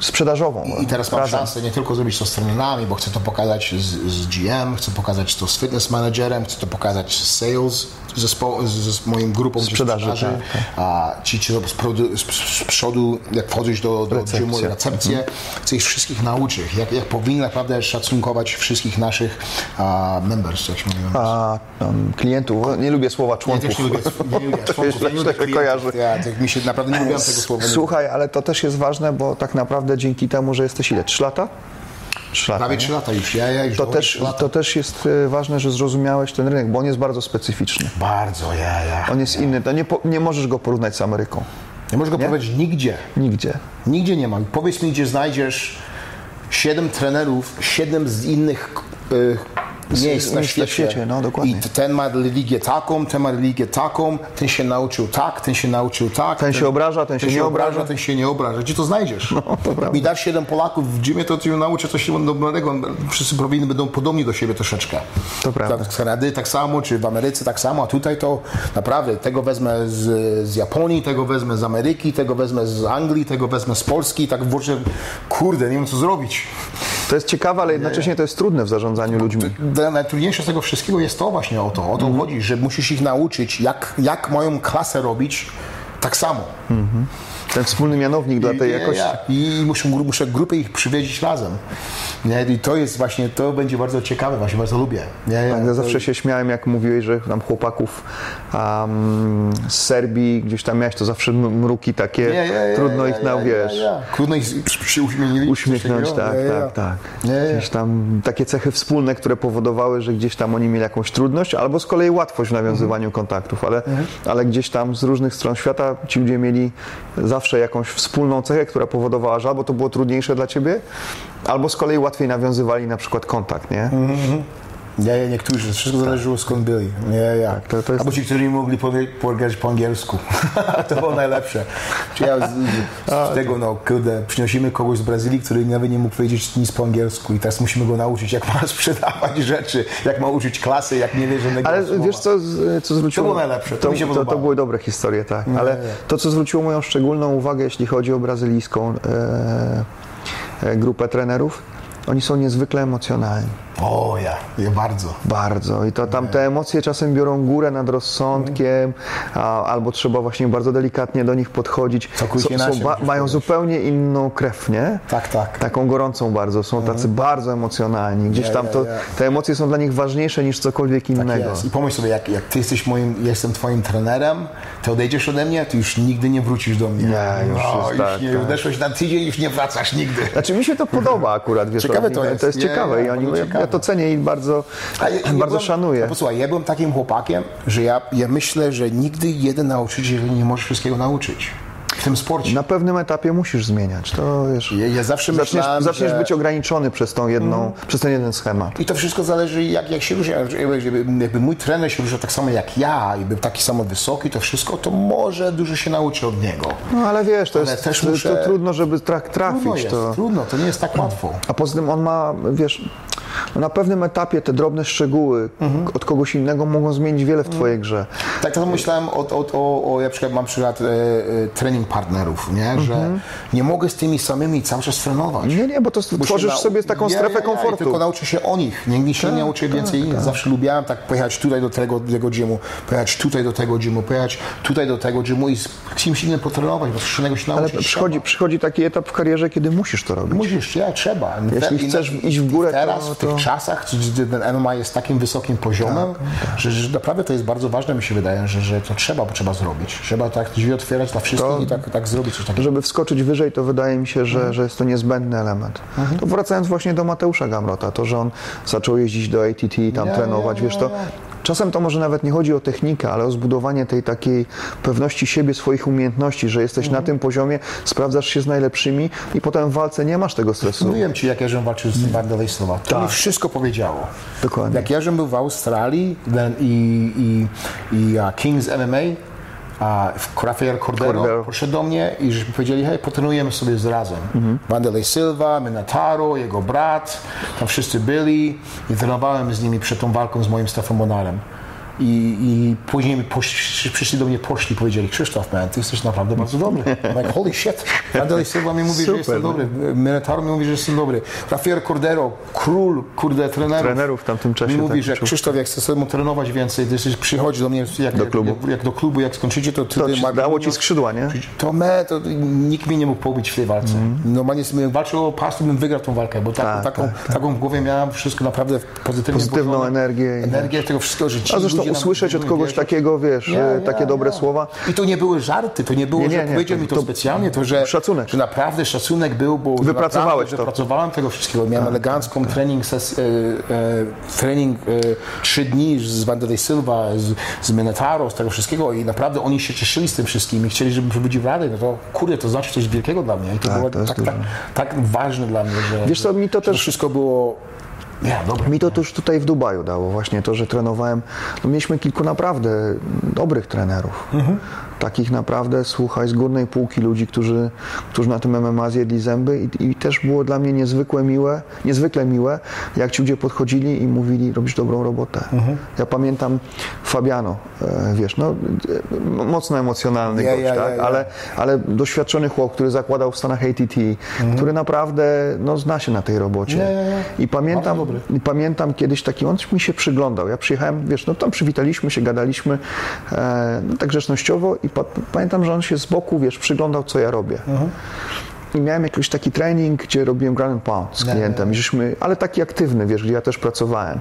sprzedażową. I teraz mam razem. szansę nie tylko zrobić to z trenerami, bo chcę to pokazać z, z G M, chcę pokazać to z fitness managerem, chcę to pokazać z sales, zespo- z, z moją grupą sprzedaży, sprzedaży. Tak, tak. A, czy, czy z, produ- z, z przodu, jak wchodzisz do, do gymu, recepcję, mhm. chcę ich wszystkich nauczyć, jak, jak powinni naprawdę szacunkować wszystkich naszych a, members, jak się mówi. A, um, klientów, nie lubię słowa członków. Ja też nie lubię, nie lubię członków, to nie lubię się kojarzy. Ja, tak mi się naprawdę nie lubiłem tego słowa. Słuchaj, ale to też jest ważne, bo tak naprawdę dzięki temu, że jesteś ile? Trzy lata? Trzy lata. Prawie trzy lata już. Ja, ja już to, też, to też jest ważne, że zrozumiałeś ten rynek, bo on jest bardzo specyficzny. Bardzo, ja, ja. On jest inny. To nie, po, nie możesz go porównać z Ameryką. Nie możesz go nie? porównać nigdzie. Nigdzie. Nigdzie nie ma. Powiedz mi, gdzie znajdziesz siedem trenerów, siedem z innych y, miejsc na świecie. świecie no, dokładnie. I ten ma religię taką, ten ma religię taką, ten się nauczył tak, ten się nauczył tak. Ten, ten się obraża, ten, ten się nie obraża. obraża. Ten się nie obraża. Gdzie to znajdziesz? No, to mi dasz siedem Polaków w gymie, to cię nauczę coś dobrego. Wszyscy powinni będą podobni do siebie troszeczkę. To prawda. Tak, z Kanady tak samo, czy w Ameryce tak samo, a tutaj to naprawdę tego wezmę z, z Japonii, tego wezmę z Ameryki, tego wezmę z Anglii, tego wezmę z Polski, tak włączę, kurde, nie wiem co zrobić. To jest ciekawe, ale jednocześnie to jest trudne w zarządzaniu ludźmi. Najtrudniejsze z tego wszystkiego jest to właśnie o to. O to mm. chodzi, że musisz ich nauczyć, jak, jak mają klasę robić tak samo. Mm-hmm. Ten wspólny mianownik I, dla tej jakości. Ja, I muszę, muszę grupę ich przywieźć razem. Nie? I to jest właśnie, to będzie bardzo ciekawe, właśnie bardzo lubię. Nie? Ja, tak, ja zawsze to... się śmiałem, jak mówiłeś, że tam chłopaków um, z Serbii gdzieś tam miałeś, to zawsze mruki takie, ja, ja, ja, trudno ja, ich na, wiesz. Ja, ja. Trudno ich się uśmiechnąć. Uśmiechnąć, tak, ja, ja. tak, tak. Ja, ja. Gdzieś tam takie cechy wspólne, które powodowały, że gdzieś tam oni mieli jakąś trudność, albo z kolei łatwość w nawiązywaniu mhm. kontaktów, ale, mhm. ale gdzieś tam z różnych stron świata ci ludzie mieli zawsze jakąś wspólną cechę, która powodowała, że albo to było trudniejsze dla ciebie, albo z kolei łatwiej nawiązywali na przykład kontakt, nie? Mm-hmm. Ja, ja, niektórzy, wszystko zależyło skąd byli. Ja, ja. Tak, to, to jest... Albo ci, którzy mogli powiedzieć po angielsku. To było najlepsze. Czy ja z, z, z tego, no, kurde, przynosimy kogoś z Brazylii, który nawet nie mógł powiedzieć nic po angielsku i teraz musimy go nauczyć, jak ma sprzedawać rzeczy, jak ma użyć klasy, jak nie wie żadnego Ale słowa. wiesz co, co zwróciło... To było najlepsze, to, to mi się to, to były dobre historie, tak. Nie, ale nie. to, co zwróciło moją szczególną uwagę, jeśli chodzi o brazylijską e, e, grupę trenerów, oni są niezwykle emocjonalni. O ja, ja bardzo. Bardzo. I to tam te emocje czasem biorą górę nad rozsądkiem, a, albo trzeba właśnie bardzo delikatnie do nich podchodzić. Całkowicie są, są, ba, mają zupełnie inną krew, nie? Tak, tak. Taką gorącą bardzo. Są tacy mhm. bardzo emocjonalni. Gdzieś tam to, te emocje są dla nich ważniejsze niż cokolwiek innego. Tak jest. I pomyśl sobie, jak, jak ty jesteś moim, ja jestem twoim trenerem, ty odejdziesz ode mnie, ty już nigdy nie wrócisz do mnie. Nie, już, no, jest, już tak, nie tak. odeszłeś na tydzień, już nie wracasz nigdy. Znaczy mi się to podoba akurat, wiesz. Ciekawe to jest. To jest nie, ciekawe nie, i oni, ja, ja to cenię i bardzo, ja, ja bardzo byłem, szanuję. Posłuchaj, ja byłem takim chłopakiem, że ja, ja myślę, że nigdy jeden nauczyciel nie może wszystkiego nauczyć. W tym sporcie. Na pewnym etapie musisz zmieniać. To wiesz, ja, ja zawsze zaczniesz, myślałem, zaczniesz że... być ograniczony przez tą jedną, mm. przez ten jeden schemat. I to wszystko zależy, jak, jak się rusza. Jakby mój trener się rusza tak samo jak ja i był taki samo wysoki, to wszystko, to może dużo się nauczy od niego. No ale wiesz, to ale jest też muszę... to trudno, żeby tra- trafić. Trudno jest, to... trudno, to nie jest tak łatwo. A poza tym on ma, wiesz, na pewnym etapie te drobne szczegóły mhm. od kogoś innego mogą zmienić wiele w twojej grze. Tak, to myślałem o, o, o, o ja przykład mam przykład e, e, trening partnerów, nie? Mhm. Że nie mogę z tymi samymi cały czas trenować. Nie, nie, bo to bo tworzysz nau- sobie taką ja, strefę ja, ja, komfortu. Tylko nauczę się o nich, nikt się tak, nie uczy tak, więcej tak, innych. tak. Zawsze lubiałem tak pojechać tutaj do tego, do tego gymu, pojechać tutaj do tego gymu, pojechać tutaj do tego gymu i z kimś innym potrenować, bo coś innego się nauczyć. Ale przychodzi, przychodzi taki etap w karierze, kiedy musisz to robić. Musisz, ja, trzeba. Jeśli I chcesz na, iść w górę, teraz, to, w tych to... czasach, gdzie ten M M A jest takim wysokim poziomem, tak, tak. Że, że naprawdę to jest bardzo ważne, mi się wydaje, że, że to trzeba, bo trzeba zrobić. Trzeba tak drzwi otwierać dla wszystkich to, i tak, tak zrobić coś takiego. Żeby wskoczyć wyżej, to wydaje mi się, że, mhm. że jest to niezbędny element. Mhm. To wracając właśnie do Mateusza Gamrota, to, że on zaczął jeździć do A T T i tam nie, trenować, nie, wiesz, to czasem to może nawet nie chodzi o technikę, ale o zbudowanie tej takiej pewności siebie, swoich umiejętności, że jesteś mhm. na tym poziomie, sprawdzasz się z najlepszymi i potem w walce nie masz tego stresu. Mówiłem ci, jak ja żem walczył z Wanderlei Silva. To tak. mi wszystko powiedziało. Dokładnie. Jak ja żem był w Australii i, i, i uh, Kings M M A, a Rafael Cordero, Cordero poszedł do mnie i że powiedzieli, hej, potrenujemy sobie z razem. Mhm. Wanderlei Silva, Minotauro, jego brat, tam wszyscy byli i trenowałem z nimi przed tą walką z moim Stefan Bonarem. I, i później poszli, przyszli do mnie, poszli, powiedzieli, Krzysztof, man, ty jesteś naprawdę bardzo dobry. I'm like, holy shit. Wanderlei Silva mi mówi, Super, że jestem no. dobry. Minotauro mi mówi, że jestem dobry. Rafael Cordero, król, kurde, trenerów. Trenerów w tamtym czasie. Mi mówi, tak że czuł. Krzysztof, jak chcesz sobie trenować więcej, ty jesteś, przychodzi do mnie jak Do klubu. Jak, jak do klubu, jak skończycie, to ty... To ty ci, ma- dało ci skrzydła, nie? To me, to nikt mnie nie mógł pobić w tej walce. Mm. Normalnie sobie walczył o pas, to bym wygrał tą walkę, bo taką, Tak, taką, tak, tak. taką w głowie miałem wszystko naprawdę pozytywnie. Pozytywną poszło. energię. Energię tego wszystkiego, że ci A zresztą ludzie nam usłyszeć od budują, kogoś wiesz, takiego, wiesz, Ja, ja, takie dobre ja. słowa. I to nie były żarty, to nie było, Nie, nie, że nie, powiedział to- mi to, to specjalnie, to że, szacunek. że naprawdę szacunek był, bo Wypracowałeś że to. pracowałem tego wszystkiego. Miałem elegancką trening, ses, e, e, trening e, trzy dni z Wanderlei Silva, z, z Minotauro, z tego wszystkiego i naprawdę oni się cieszyli z tym wszystkim i chcieli, żebym wybudził radę. No to kurde, to znaczy coś wielkiego dla mnie. I to Tak, było to jest tak, tak, tak ważne dla mnie, że, Wiesz co, mi to że też- wszystko było... Ja, dobra. Mi to też tutaj w Dubaju dało właśnie to, że trenowałem. No mieliśmy kilku naprawdę dobrych trenerów. Mhm. Takich naprawdę, słuchaj, z górnej półki ludzi, którzy, którzy na tym M M A zjedli zęby i, i też było dla mnie niezwykle miłe, niezwykle miłe, jak ci ludzie podchodzili i mówili, robisz dobrą robotę. Mhm. Ja pamiętam Fabiano, e, wiesz, no e, mocno emocjonalny Ja, gość, ja, tak? ja, ja. Ale, ale doświadczony chłop, który zakładał w Stanach A T T, który naprawdę no, zna się na tej robocie. Ja, ja, ja. I pamiętam, Bardzo dobry. i pamiętam kiedyś taki, on mi się przyglądał. Ja przyjechałem, wiesz, no tam przywitaliśmy się, gadaliśmy e, no, tak grzecznościowo i pa, pamiętam, że on się z boku, wiesz, przyglądał, co ja robię. I miałem jakiś taki trening, gdzie robiłem ground and pound z Nie, klientem, i żeśmy, ale taki aktywny, wiesz, gdzie ja też pracowałem.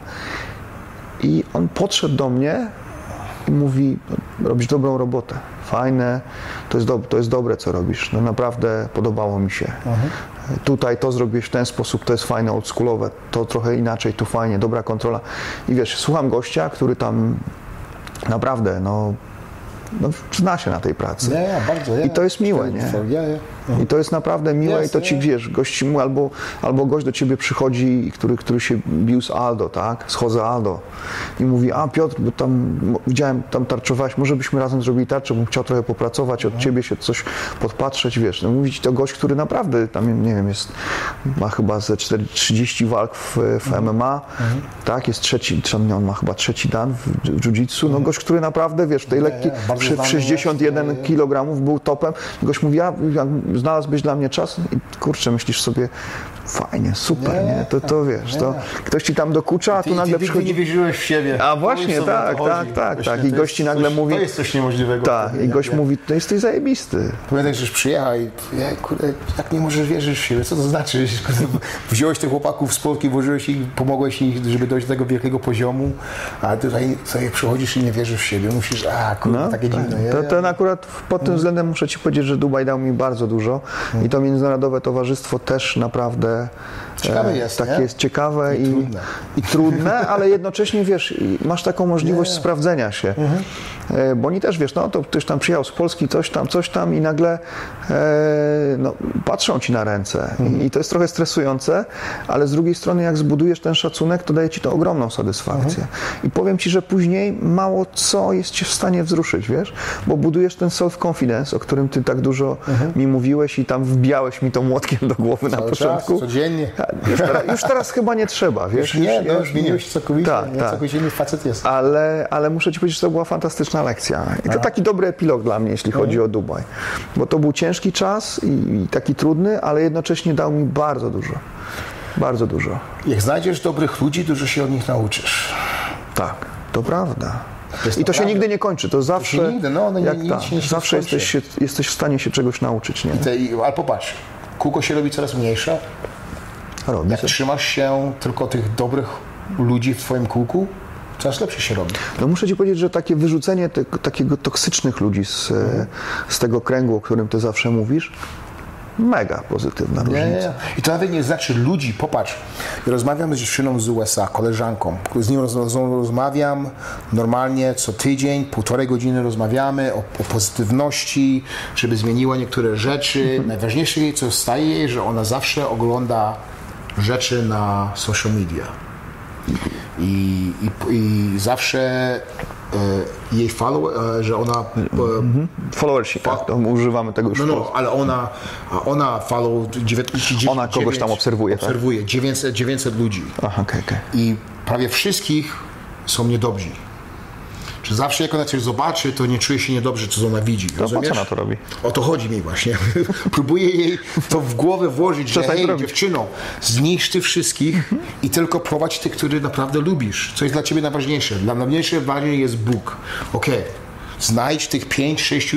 I on podszedł do mnie i mówi, no, robisz dobrą robotę, fajne, to jest, do, to jest dobre, co robisz, no naprawdę podobało mi się. Tutaj to zrobiłeś w ten sposób, to jest fajne, oldschoolowe, to trochę inaczej, tu fajnie, dobra kontrola. I wiesz, słucham gościa, który tam naprawdę, no, no zna się na tej pracy. Ja, ja, bardzo, ja. I to jest miłe, nie? Ja, ja. I to jest naprawdę miłe Jasne, i to ci, ja. wiesz, gość mu albo, albo gość do ciebie przychodzi, który, który się bił z Aldo, tak? Z Jose Aldo. I mówi, a Piotr, bo tam mo- widziałem, tam tarczowałeś, może byśmy razem zrobili tarczę, bym chciał trochę popracować, od ciebie się coś podpatrzeć, wiesz. No mówi ci to gość, który naprawdę tam, nie wiem, jest, ma chyba ze czterdzieści trzydzieści walk w, w M M A, tak? Jest trzeci, czy on on ma chyba trzeci dan w jiu-jitsu. No gość, który naprawdę, wiesz, w tej lekkiej, ja, bardzo przy, w znany sześćdziesiąt jeden jest, ja, ja. kilogramów był topem. Gość mówi, ja, ja znalazłbyś dla mnie czas i kurczę, myślisz sobie, fajnie, super, Nie, nie? To, to wiesz, to ktoś ci tam dokucza, a tu Ty, nagle ty, ty przychodzi... nie wierzyłeś w siebie. A właśnie, To jest, o tak, to tak, chodzi. tak, Właśnie, tak. I to gość ci jest nagle coś, mówi... To jest coś niemożliwego. Tak, i Ja- gość ja- mówi, to jesteś zajebisty. Pamiętam, żeś przyjechał i ja, kurde, jak nie możesz wierzyć w siebie? Co to znaczy? Kurde, wziąłeś tych chłopaków z Polski, włożyłeś ich, pomogłeś im, żeby dojść do tego wielkiego poziomu, a tutaj sobie przychodzisz i nie wierzysz w siebie. Musisz, a kurde, No, takie tak. dziwne. Ja, To, ja- ten akurat pod tym względem muszę ci powiedzieć, że Dubaj dał mi bardzo dużo i to międzynarodowe towarzystwo też naprawdę Ciekawe jest, takie nie? jest ciekawe i, I trudne. i trudne, ale jednocześnie wiesz, i masz taką możliwość Nie. sprawdzenia się. E, Bo oni też wiesz, no to ktoś tam przyjechał z Polski, coś tam, coś tam i nagle e, no, patrzą ci na ręce I, i to jest trochę stresujące, ale z drugiej strony jak zbudujesz ten szacunek, to daje ci to ogromną satysfakcję. I powiem ci, że później mało co jest cię w stanie wzruszyć, wiesz, bo budujesz ten self-confidence, o którym ty tak dużo mi mówiłeś i tam wbijałeś mi to młotkiem do głowy na Cały początku. czas, codziennie. A, Już teraz, już teraz chyba nie trzeba, wiesz. Już nie, no, ja już zmieniłeś całkowicie. Tak, nie, tak. Całkowicie inny facet jest. Ale, ale muszę ci powiedzieć, że to była fantastyczna lekcja. I to taki dobry epilog dla mnie, jeśli chodzi o Dubaj. Bo to był ciężki czas i, i taki trudny, ale jednocześnie dał mi bardzo dużo. Bardzo dużo. Jak znajdziesz dobrych ludzi, dużo się od nich nauczysz. Tak, to prawda. jest I to się naprawdę. nigdy nie kończy. To zawsze, się nigdy, no, no, nie- jak nic tak, się nie zawsze skończy. jesteś, się, jesteś w stanie się czegoś nauczyć. Nie? Te, i- ale popatrz, kółko się robi coraz mniejsze. Robi Jak się. trzymasz się tylko tych dobrych ludzi w twoim kółku, coraz lepsze się robi. No muszę ci powiedzieć, że takie wyrzucenie te, takiego toksycznych ludzi z, e, z tego kręgu, o którym ty zawsze mówisz, mega pozytywna różnica. Nie, nie, nie. I to nawet nie znaczy ludzi, popatrz. Ja rozmawiam z dziewczyną z U S A, koleżanką. Z nią roz, roz, rozmawiam normalnie co tydzień, półtorej godziny rozmawiamy o, o pozytywności, żeby zmieniła niektóre rzeczy. Najważniejsze, co staje jej, że ona zawsze ogląda rzeczy na social media. I, i, i zawsze e, jej follow, e, że ona... E, Followersi, tak, to używamy tego już. No, w no, Polsce. ale ona, a ona follow dziewięćset, Ona kogoś tam obserwuje, tak? obserwuje dziewięćset, dziewięćset ludzi Aha, okej, okej. i prawie wszystkich są niedobrzy. że zawsze jak ona coś zobaczy, to nie czuje się niedobrze, co ona widzi. To po co ona to robi? O to chodzi mi właśnie. Próbuję jej to w głowę włożyć, że hej, dziewczyno, zniszcz ty wszystkich mhm. i tylko prowadź tych, których naprawdę lubisz. Co jest dla ciebie najważniejsze? Dla mnie najważniejsze jest Bóg. Okej, okay. Znajdź tych pięć, sześciu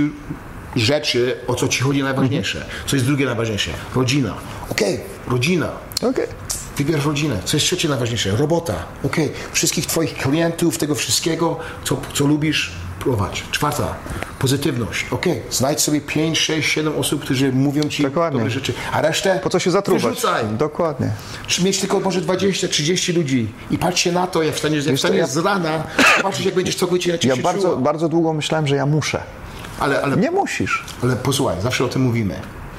rzeczy, o co ci chodzi najważniejsze. Co jest drugie najważniejsze? Rodzina. Okej, okay. rodzina. Okej. Okay. Wybierz rodzinę. Co jest trzecie najważniejsze? Robota. Okej. Okay. Wszystkich twoich klientów, tego wszystkiego, co, co lubisz, prowadź. Czwarta. Pozytywność. Okej. Okay. Znajdź sobie pięć, sześć, siedem osób, którzy mówią ci Dokładnie. dobre rzeczy. A resztę po co się zatruwać? Wyrzucaj. Dokładnie. Czy mieć tylko może dwadzieścia, trzydzieści ludzi i patrzcie na to, jak wstaniesz, jak wstaniesz ja... z rana, patrzysz, jak będziesz całkowicie inaczej Ja się bardzo, czuła. bardzo długo myślałem, że ja muszę. Ale, ale, nie musisz. Ale posłuchaj, zawsze o tym mówimy.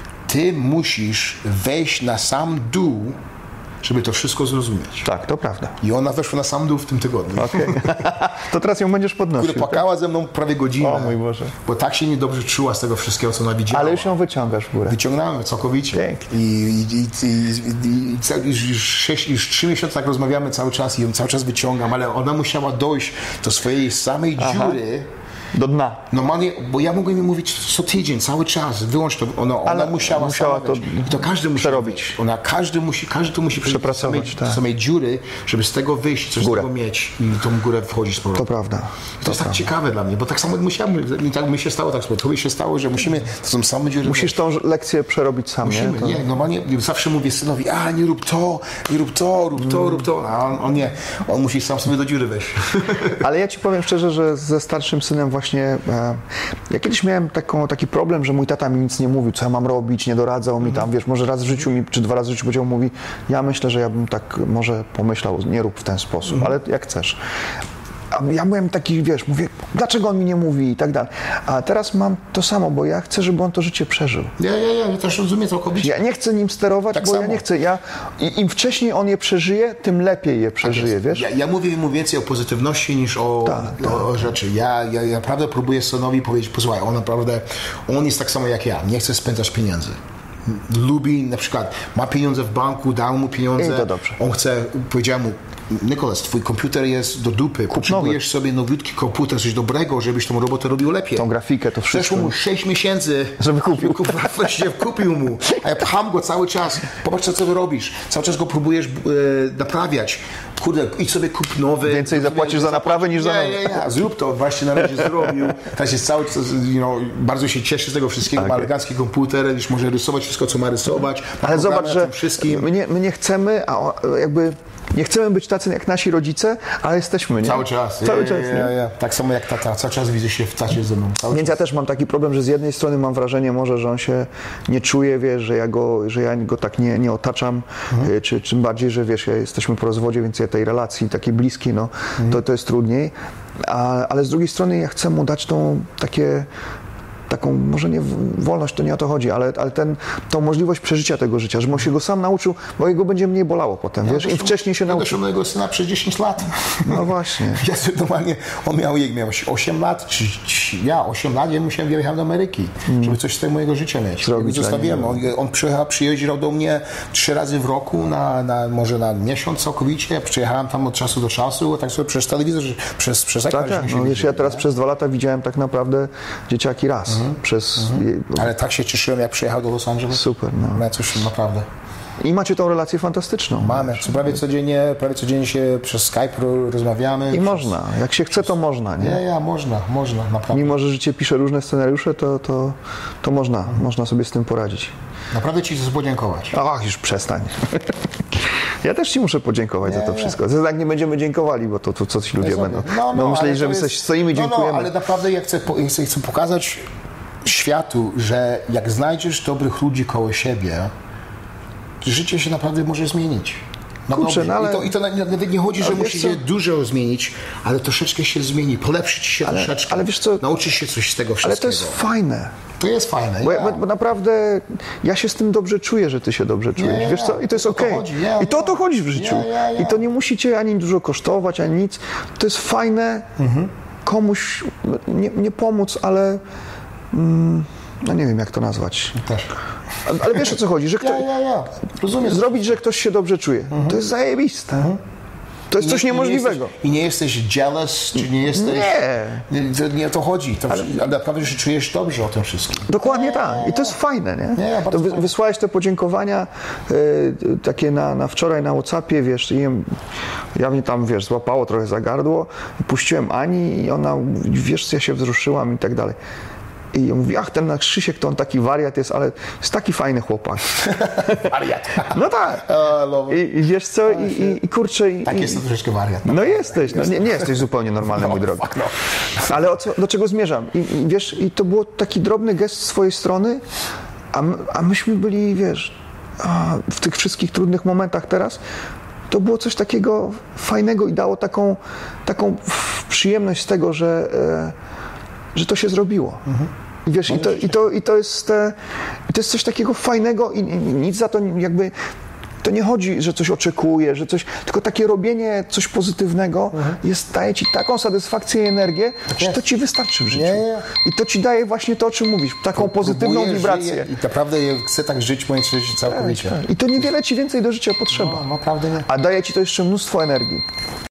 Ty musisz wejść na sam dół, żeby to wszystko zrozumieć. Tak, to prawda. I ona weszła na sam dół w tym tygodniu. Okay. To teraz ją będziesz podnosił. Która płakała tak? ze mną prawie godzinę. O mój Boże. Bo tak się niedobrze czuła z tego wszystkiego, co ona widziała. Ale już ją wyciągasz w górę. Wyciągnąłem całkowicie. Pięknie. I, i, i, i, i, i już, już, sześć, już trzy miesiące tak rozmawiamy cały czas i ją cały czas wyciągam, ale ona musiała dojść do swojej samej Aha. dziury. Do dna. Normalnie, bo ja mogłem jej mówić co tydzień, cały czas, wyłącz to. Ona, ona musiała, musiała to, I to każdy musi przerobić. Ona, każdy musi, każdy to musi przepracować samej, tak. samej dziury, żeby z tego wyjść, coś górę. z tego mieć i tą górę wchodzić z powrotem. To prawda. To, to jest prawda. tak ciekawe dla mnie, bo tak samo musiałem, mi, tak, mi się stało tak, to mi się stało, że musimy, to są same dziury. Musisz tą lekcję przerobić sam, Musimy, nie? To... nie, normalnie zawsze mówię synowi, a nie rób to, nie rób to, rób to, mm. rób to, a on, on nie, on musi sam sobie do dziury wejść. Ale ja ci powiem szczerze, że ze starszym synem właśnie, e, ja kiedyś miałem taką, taki problem, że mój tata mi nic nie mówił, co ja mam robić, nie doradzał mi tam, wiesz, może raz w życiu mi, czy dwa razy w życiu powiedział, mówi, ja myślę, że ja bym tak może pomyślał, nie rób w ten sposób, mm. ale jak chcesz. A ja byłem taki, wiesz, mówię, dlaczego on mi nie mówi i tak dalej. A teraz mam to samo, bo ja chcę, żeby on to życie przeżył. Ja, ja, ja, ja też rozumiem całkowicie. Ja nie chcę nim sterować, tak bo samo. ja nie chcę. Ja, im wcześniej on je przeżyje, tym lepiej je przeżyje, tak wiesz? Ja, ja mówię mu więcej o pozytywności niż o, tak, tak. o, o rzeczy. Ja, ja, ja naprawdę próbuję synowi powiedzieć, posłuchaj, on naprawdę, on jest tak samo jak ja, nie chce spędzać pieniędzy. Lubi, na przykład, ma pieniądze w banku, dał mu pieniądze, I to dobrze. On chce, powiedziałem mu, Nikolas, twój komputer jest do dupy, potrzebujesz sobie nowiutki komputer, coś dobrego, żebyś tą robotę robił lepiej. Tą grafikę, to wszystko. Zeszło mu sześć miesięcy, żeby kupił. Wreszcie kupił mu, a ja pcham go cały czas. Popatrz, co ty robisz. Cały czas go próbujesz e, naprawiać. Kurde, idź sobie kup nowy. Więcej zapłacisz za naprawę niż za nowy. Nie, nie, nie. Zrób to. Właśnie na razie zrobił. Teraz jest cały czas, you know, bardzo się cieszy z tego wszystkiego. Tak, ma elegancki komputer, już może rysować wszystko, co ma rysować. Ale zobacz, że my nie, my nie chcemy, a jakby nie chcemy być tacy jak nasi rodzice, ale jesteśmy, nie? Cały czas. Cały ja, czas, ja, nie? ja, ja. Tak samo jak tata. Cały czas widzę się w tacie ze mną. Cały Więc czas. ja też mam taki problem, że z jednej strony mam wrażenie może, że on się nie czuje, wiesz, że ja go, że ja go tak nie, nie otaczam, mhm. czy czym bardziej, że wiesz, ja jesteśmy po rozwodzie, więc ja tej relacji takiej bliskiej, no, mhm. to, to jest trudniej. A, ale z drugiej strony ja chcę mu dać tą takie taką, może nie wolność, to nie o to chodzi, ale, ale ten, tą możliwość przeżycia tego życia, żeby on się go sam nauczył, bo jego będzie mniej bolało potem, ja wiesz, im wcześniej się nauczył. Ja doszłem mojego syna przez dziesięć lat. No właśnie. Ja normalnie, on miał, miał osiem lat, czy, czy ja osiem lat, ja musiałem wyjechać do Ameryki, mm. żeby coś z tego mojego życia mieć. Zrobić, zostawiłem. On, on przyjechał, przyjeżdżał do mnie trzy razy w roku, na, na, może na miesiąc całkowicie. Przyjechałem tam od czasu do czasu, tak sobie przez telewizor, przez, przez ekran. Tak, tak. No, wiesz, ja teraz nie? przez dwa lata widziałem tak naprawdę dzieciaki raz. Mhm. Przez... Mhm. Ale tak się cieszyłem, jak przyjechał do Los Angeles. Super, no. Ja coś naprawdę. I macie tą relację fantastyczną. Mamy. Co prawie codziennie, prawie codziennie się przez Skype rozmawiamy. I przez... można. Jak się chce, to można, nie? Ja, ja, można, można, naprawdę. Mimo, że życie pisze różne scenariusze, to, to, to można, mhm. można sobie z tym poradzić. Naprawdę Ci chcę podziękować. Ach, już przestań. Ja też Ci muszę podziękować nie, za to wszystko. Nie. Tak nie będziemy dziękowali, bo to, to co ci ludzie no, będą. No, no, no myśleli, że my jest... stoimy i no, dziękujemy. No, ale naprawdę ja chcę, chcę, chcę pokazać światu, że jak znajdziesz dobrych ludzi koło siebie, życie się naprawdę może zmienić. No Kurczę, no ale... I to, i to nawet nie chodzi, że musi się dużo zmienić, ale troszeczkę się zmieni, polepszyć się ale, troszeczkę, ale wiesz co, nauczyć się coś z tego wszystkiego. Ale to jest fajne. To jest fajne, bo, ja. bo, bo naprawdę ja się z tym dobrze czuję, że ty się dobrze czujesz, ja, wiesz co? I to jest okej. Okay. Ja, I to o to chodzi w życiu. Ja, ja, I to nie musi cię ani dużo kosztować, ani nic. To jest fajne mhm. komuś, nie, nie pomóc, ale mm, no nie wiem jak to nazwać. Też. Ale wiesz o co chodzi, że kto... Ja, ja, ja. Rozumiem. Zrobić, że ktoś się dobrze czuje. Mhm. To jest zajebiste. Mhm. To jest I coś nie, niemożliwego. I nie, jesteś, I nie jesteś jealous, czy nie jesteś... Nie. Nie, to, nie o to chodzi. To, ale, ale naprawdę się czujesz dobrze o tym wszystkim. Dokładnie tak. I to jest fajne, nie? Nie, to wy, wysłałeś te podziękowania y, takie na, na wczoraj na WhatsAppie, wiesz, i ja mnie tam, wiesz, złapało trochę za gardło, puściłem Ani i ona, wiesz, ja się wzruszyłam i tak dalej. I on mówi, ach, ten nasz Krzysiek to on taki wariat jest, ale jest taki fajny chłopak. Wariat. No tak. I, i wiesz co, i, i, i kurczę... I, tak jest to troszeczkę wariat. No, no jesteś, no, nie, nie jesteś zupełnie normalny, no, mój drogi. Fuck no. Ale o co, do czego zmierzam? I, I wiesz, i to był taki drobny gest z swojej strony, a, my, a myśmy byli, wiesz, a, w tych wszystkich trudnych momentach teraz, to było coś takiego fajnego i dało taką, taką przyjemność z tego, że... E, że to się zrobiło. Mhm. I wiesz, i to, i, to, i, to jest, e, i to jest coś takiego fajnego i, i nic za to jakby, to nie chodzi, że coś oczekuje, że coś, tylko takie robienie coś pozytywnego mhm. jest, daje ci taką satysfakcję i energię, tak że jest. To ci wystarczy w życiu. Nie, nie. I to ci daje właśnie to, o czym mówisz, taką pozytywną Próbuję, wibrację. Żyję, I naprawdę chcę tak żyć moje życie całkowicie. Tak, tak. I to niewiele ci więcej do życia potrzeba. No, naprawdę nie. A daje ci to jeszcze mnóstwo energii.